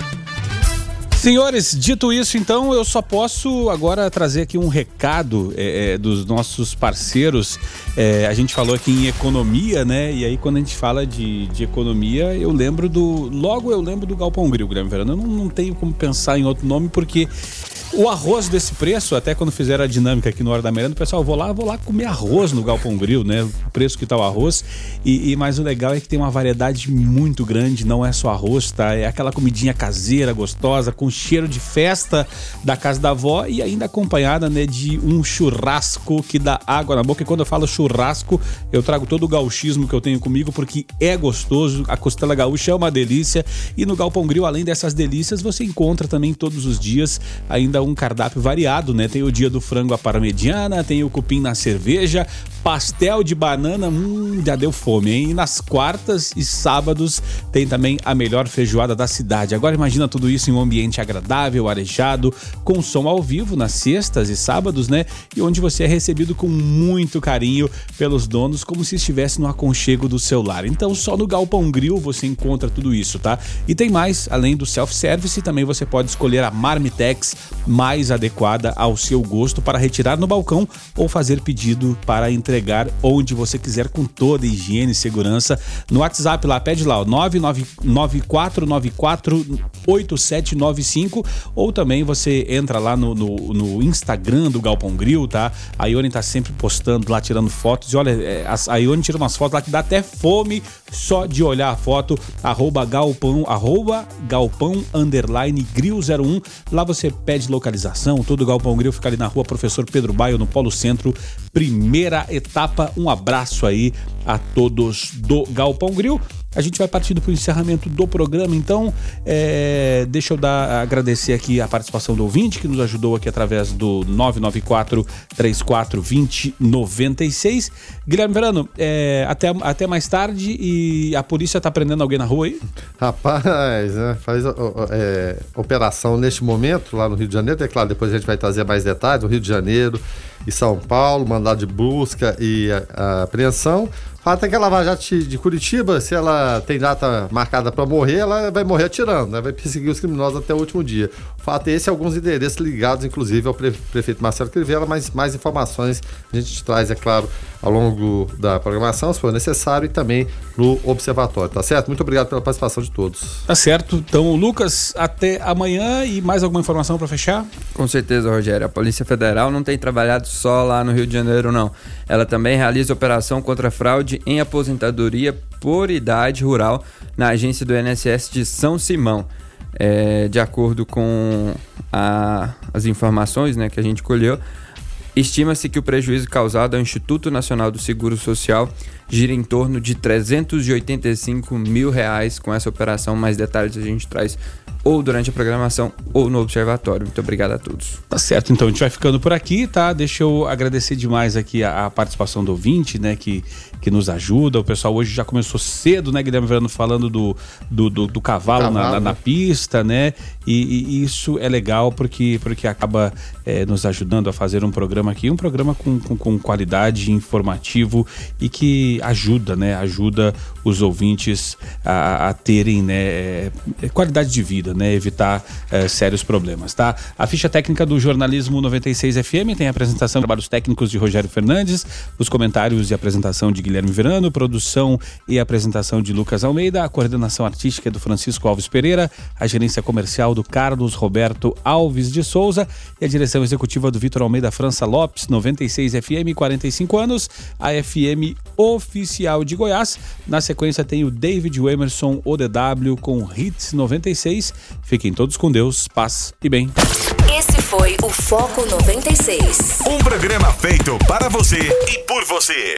Senhores, dito isso, então, eu só posso agora trazer aqui um recado é, dos nossos parceiros. É, a gente falou aqui em economia, né? E aí, quando a gente fala de, de economia, eu lembro do... Logo eu lembro do Galpão Grill, Guilherme Verano. Eu não, não tenho como pensar em outro nome, porque... O arroz desse preço, até quando fizeram a dinâmica aqui no Hora da Merenda, o pessoal, vou lá, vou lá comer arroz no Galpão Grill, né? O preço que tá o arroz. E, e mas o legal é que tem uma variedade muito grande, não é só arroz, tá? É aquela comidinha caseira, gostosa, com cheiro de festa da casa da avó e ainda acompanhada, né, de um churrasco que dá água na boca. E quando eu falo churrasco, eu trago todo o gauchismo que eu tenho comigo, porque é gostoso, a costela gaúcha é uma delícia. E no Galpão Grill, além dessas delícias, você encontra também todos os dias ainda um cardápio variado, né? Tem o dia do frango à parmegiana, tem o cupim na cerveja, pastel de banana, hum, já deu fome, hein? E nas quartas e sábados tem também a melhor feijoada da cidade. Agora imagina tudo isso em um ambiente agradável, arejado, com som ao vivo nas sextas e sábados, né? E onde você é recebido com muito carinho pelos donos, como se estivesse no aconchego do seu lar. Então só no Galpão Grill você encontra tudo isso, tá? E tem mais, além do self-service, também você pode escolher a Marmitex mais adequada ao seu gosto para retirar no balcão ou fazer pedido para entregar onde você quiser, com toda a higiene e segurança. No WhatsApp lá, pede lá, o nove nove quatro nove quatro oito sete nove cinco, ou também você entra lá no, no, no Instagram do Galpão Grill, tá? A Ione tá sempre postando lá, tirando fotos, e olha, a Ione tira umas fotos lá que dá até fome só de olhar a foto, arroba galpão, arroba galpão underline grill zero um, lá você pede localização. Todo o Galpão Grill fica ali na rua Professor Pedro Baio, no Polo Centro, primeira etapa. Um abraço aí a todos do Galpão Grill. A gente vai partindo para o encerramento do programa, então é, deixa eu dar, agradecer aqui a participação do ouvinte que nos ajudou aqui através do nove nove quatro três quatro dois zero nove seis. Guilherme Verano, é, até, até mais tarde. E a polícia está prendendo alguém na rua aí? Rapaz, né, faz é, operação neste momento lá no Rio de Janeiro, é claro, depois a gente vai trazer mais detalhes, no Rio de Janeiro e São Paulo, mandado de busca e a, a apreensão. Fato é que a Lava Jato de Curitiba, se ela tem data marcada para morrer, ela vai morrer atirando, né? Vai perseguir os criminosos até o último dia. O fato é esse, alguns endereços ligados, inclusive, ao pre- prefeito Marcelo Crivella, mas mais informações a gente traz, é claro, ao longo da programação, se for necessário, e também no Observatório, tá certo? Muito obrigado pela participação de todos. Tá certo. Então, Lucas, até amanhã e mais alguma informação para fechar? Com certeza, Rogério. A Polícia Federal não tem trabalhado só lá no Rio de Janeiro, não. Ela também realiza operação contra fraude em aposentadoria por idade rural na agência do I N S S de São Simão. É, de acordo com a, as informações, né, que a gente colheu, estima-se que o prejuízo causado ao Instituto Nacional do Seguro Social gira em torno de trezentos e oitenta e cinco mil reais com essa operação. Mais detalhes a gente traz ou durante a programação ou no Observatório. Muito obrigado a todos. Tá certo, então a gente vai ficando por aqui, tá? Deixa eu agradecer demais aqui a, a participação do ouvinte, né, que, que nos ajuda. O pessoal hoje já começou cedo, né, Guilherme Verano, falando do, do, do, do cavalo, cavalo. Na, na, na pista, né? E, e isso é legal porque, porque acaba é, nos ajudando a fazer um programa aqui, um programa com, com, com qualidade, informativo e que ajuda, né? Ajuda os ouvintes a, a terem, né, qualidade de vida, né? Evitar é, sérios problemas, tá? A ficha técnica do Jornalismo noventa e seis F M tem a apresentação de trabalhos técnicos de Rogério Fernandes, os comentários e apresentação de Guilherme Verano, produção e apresentação de Lucas Almeida, a coordenação artística é do Francisco Alves Pereira, a gerência comercial do Carlos Roberto Alves de Souza e a direção executiva do Vitor Almeida França Lopes. Noventa e seis F M, quarenta e cinco anos, a F M oficial de Goiás. Na sequência tem o David Emerson O D W com Hits noventa e seis. Fiquem todos com Deus, paz e bem. Esse foi o Foco noventa e seis. Um programa feito para você e por você.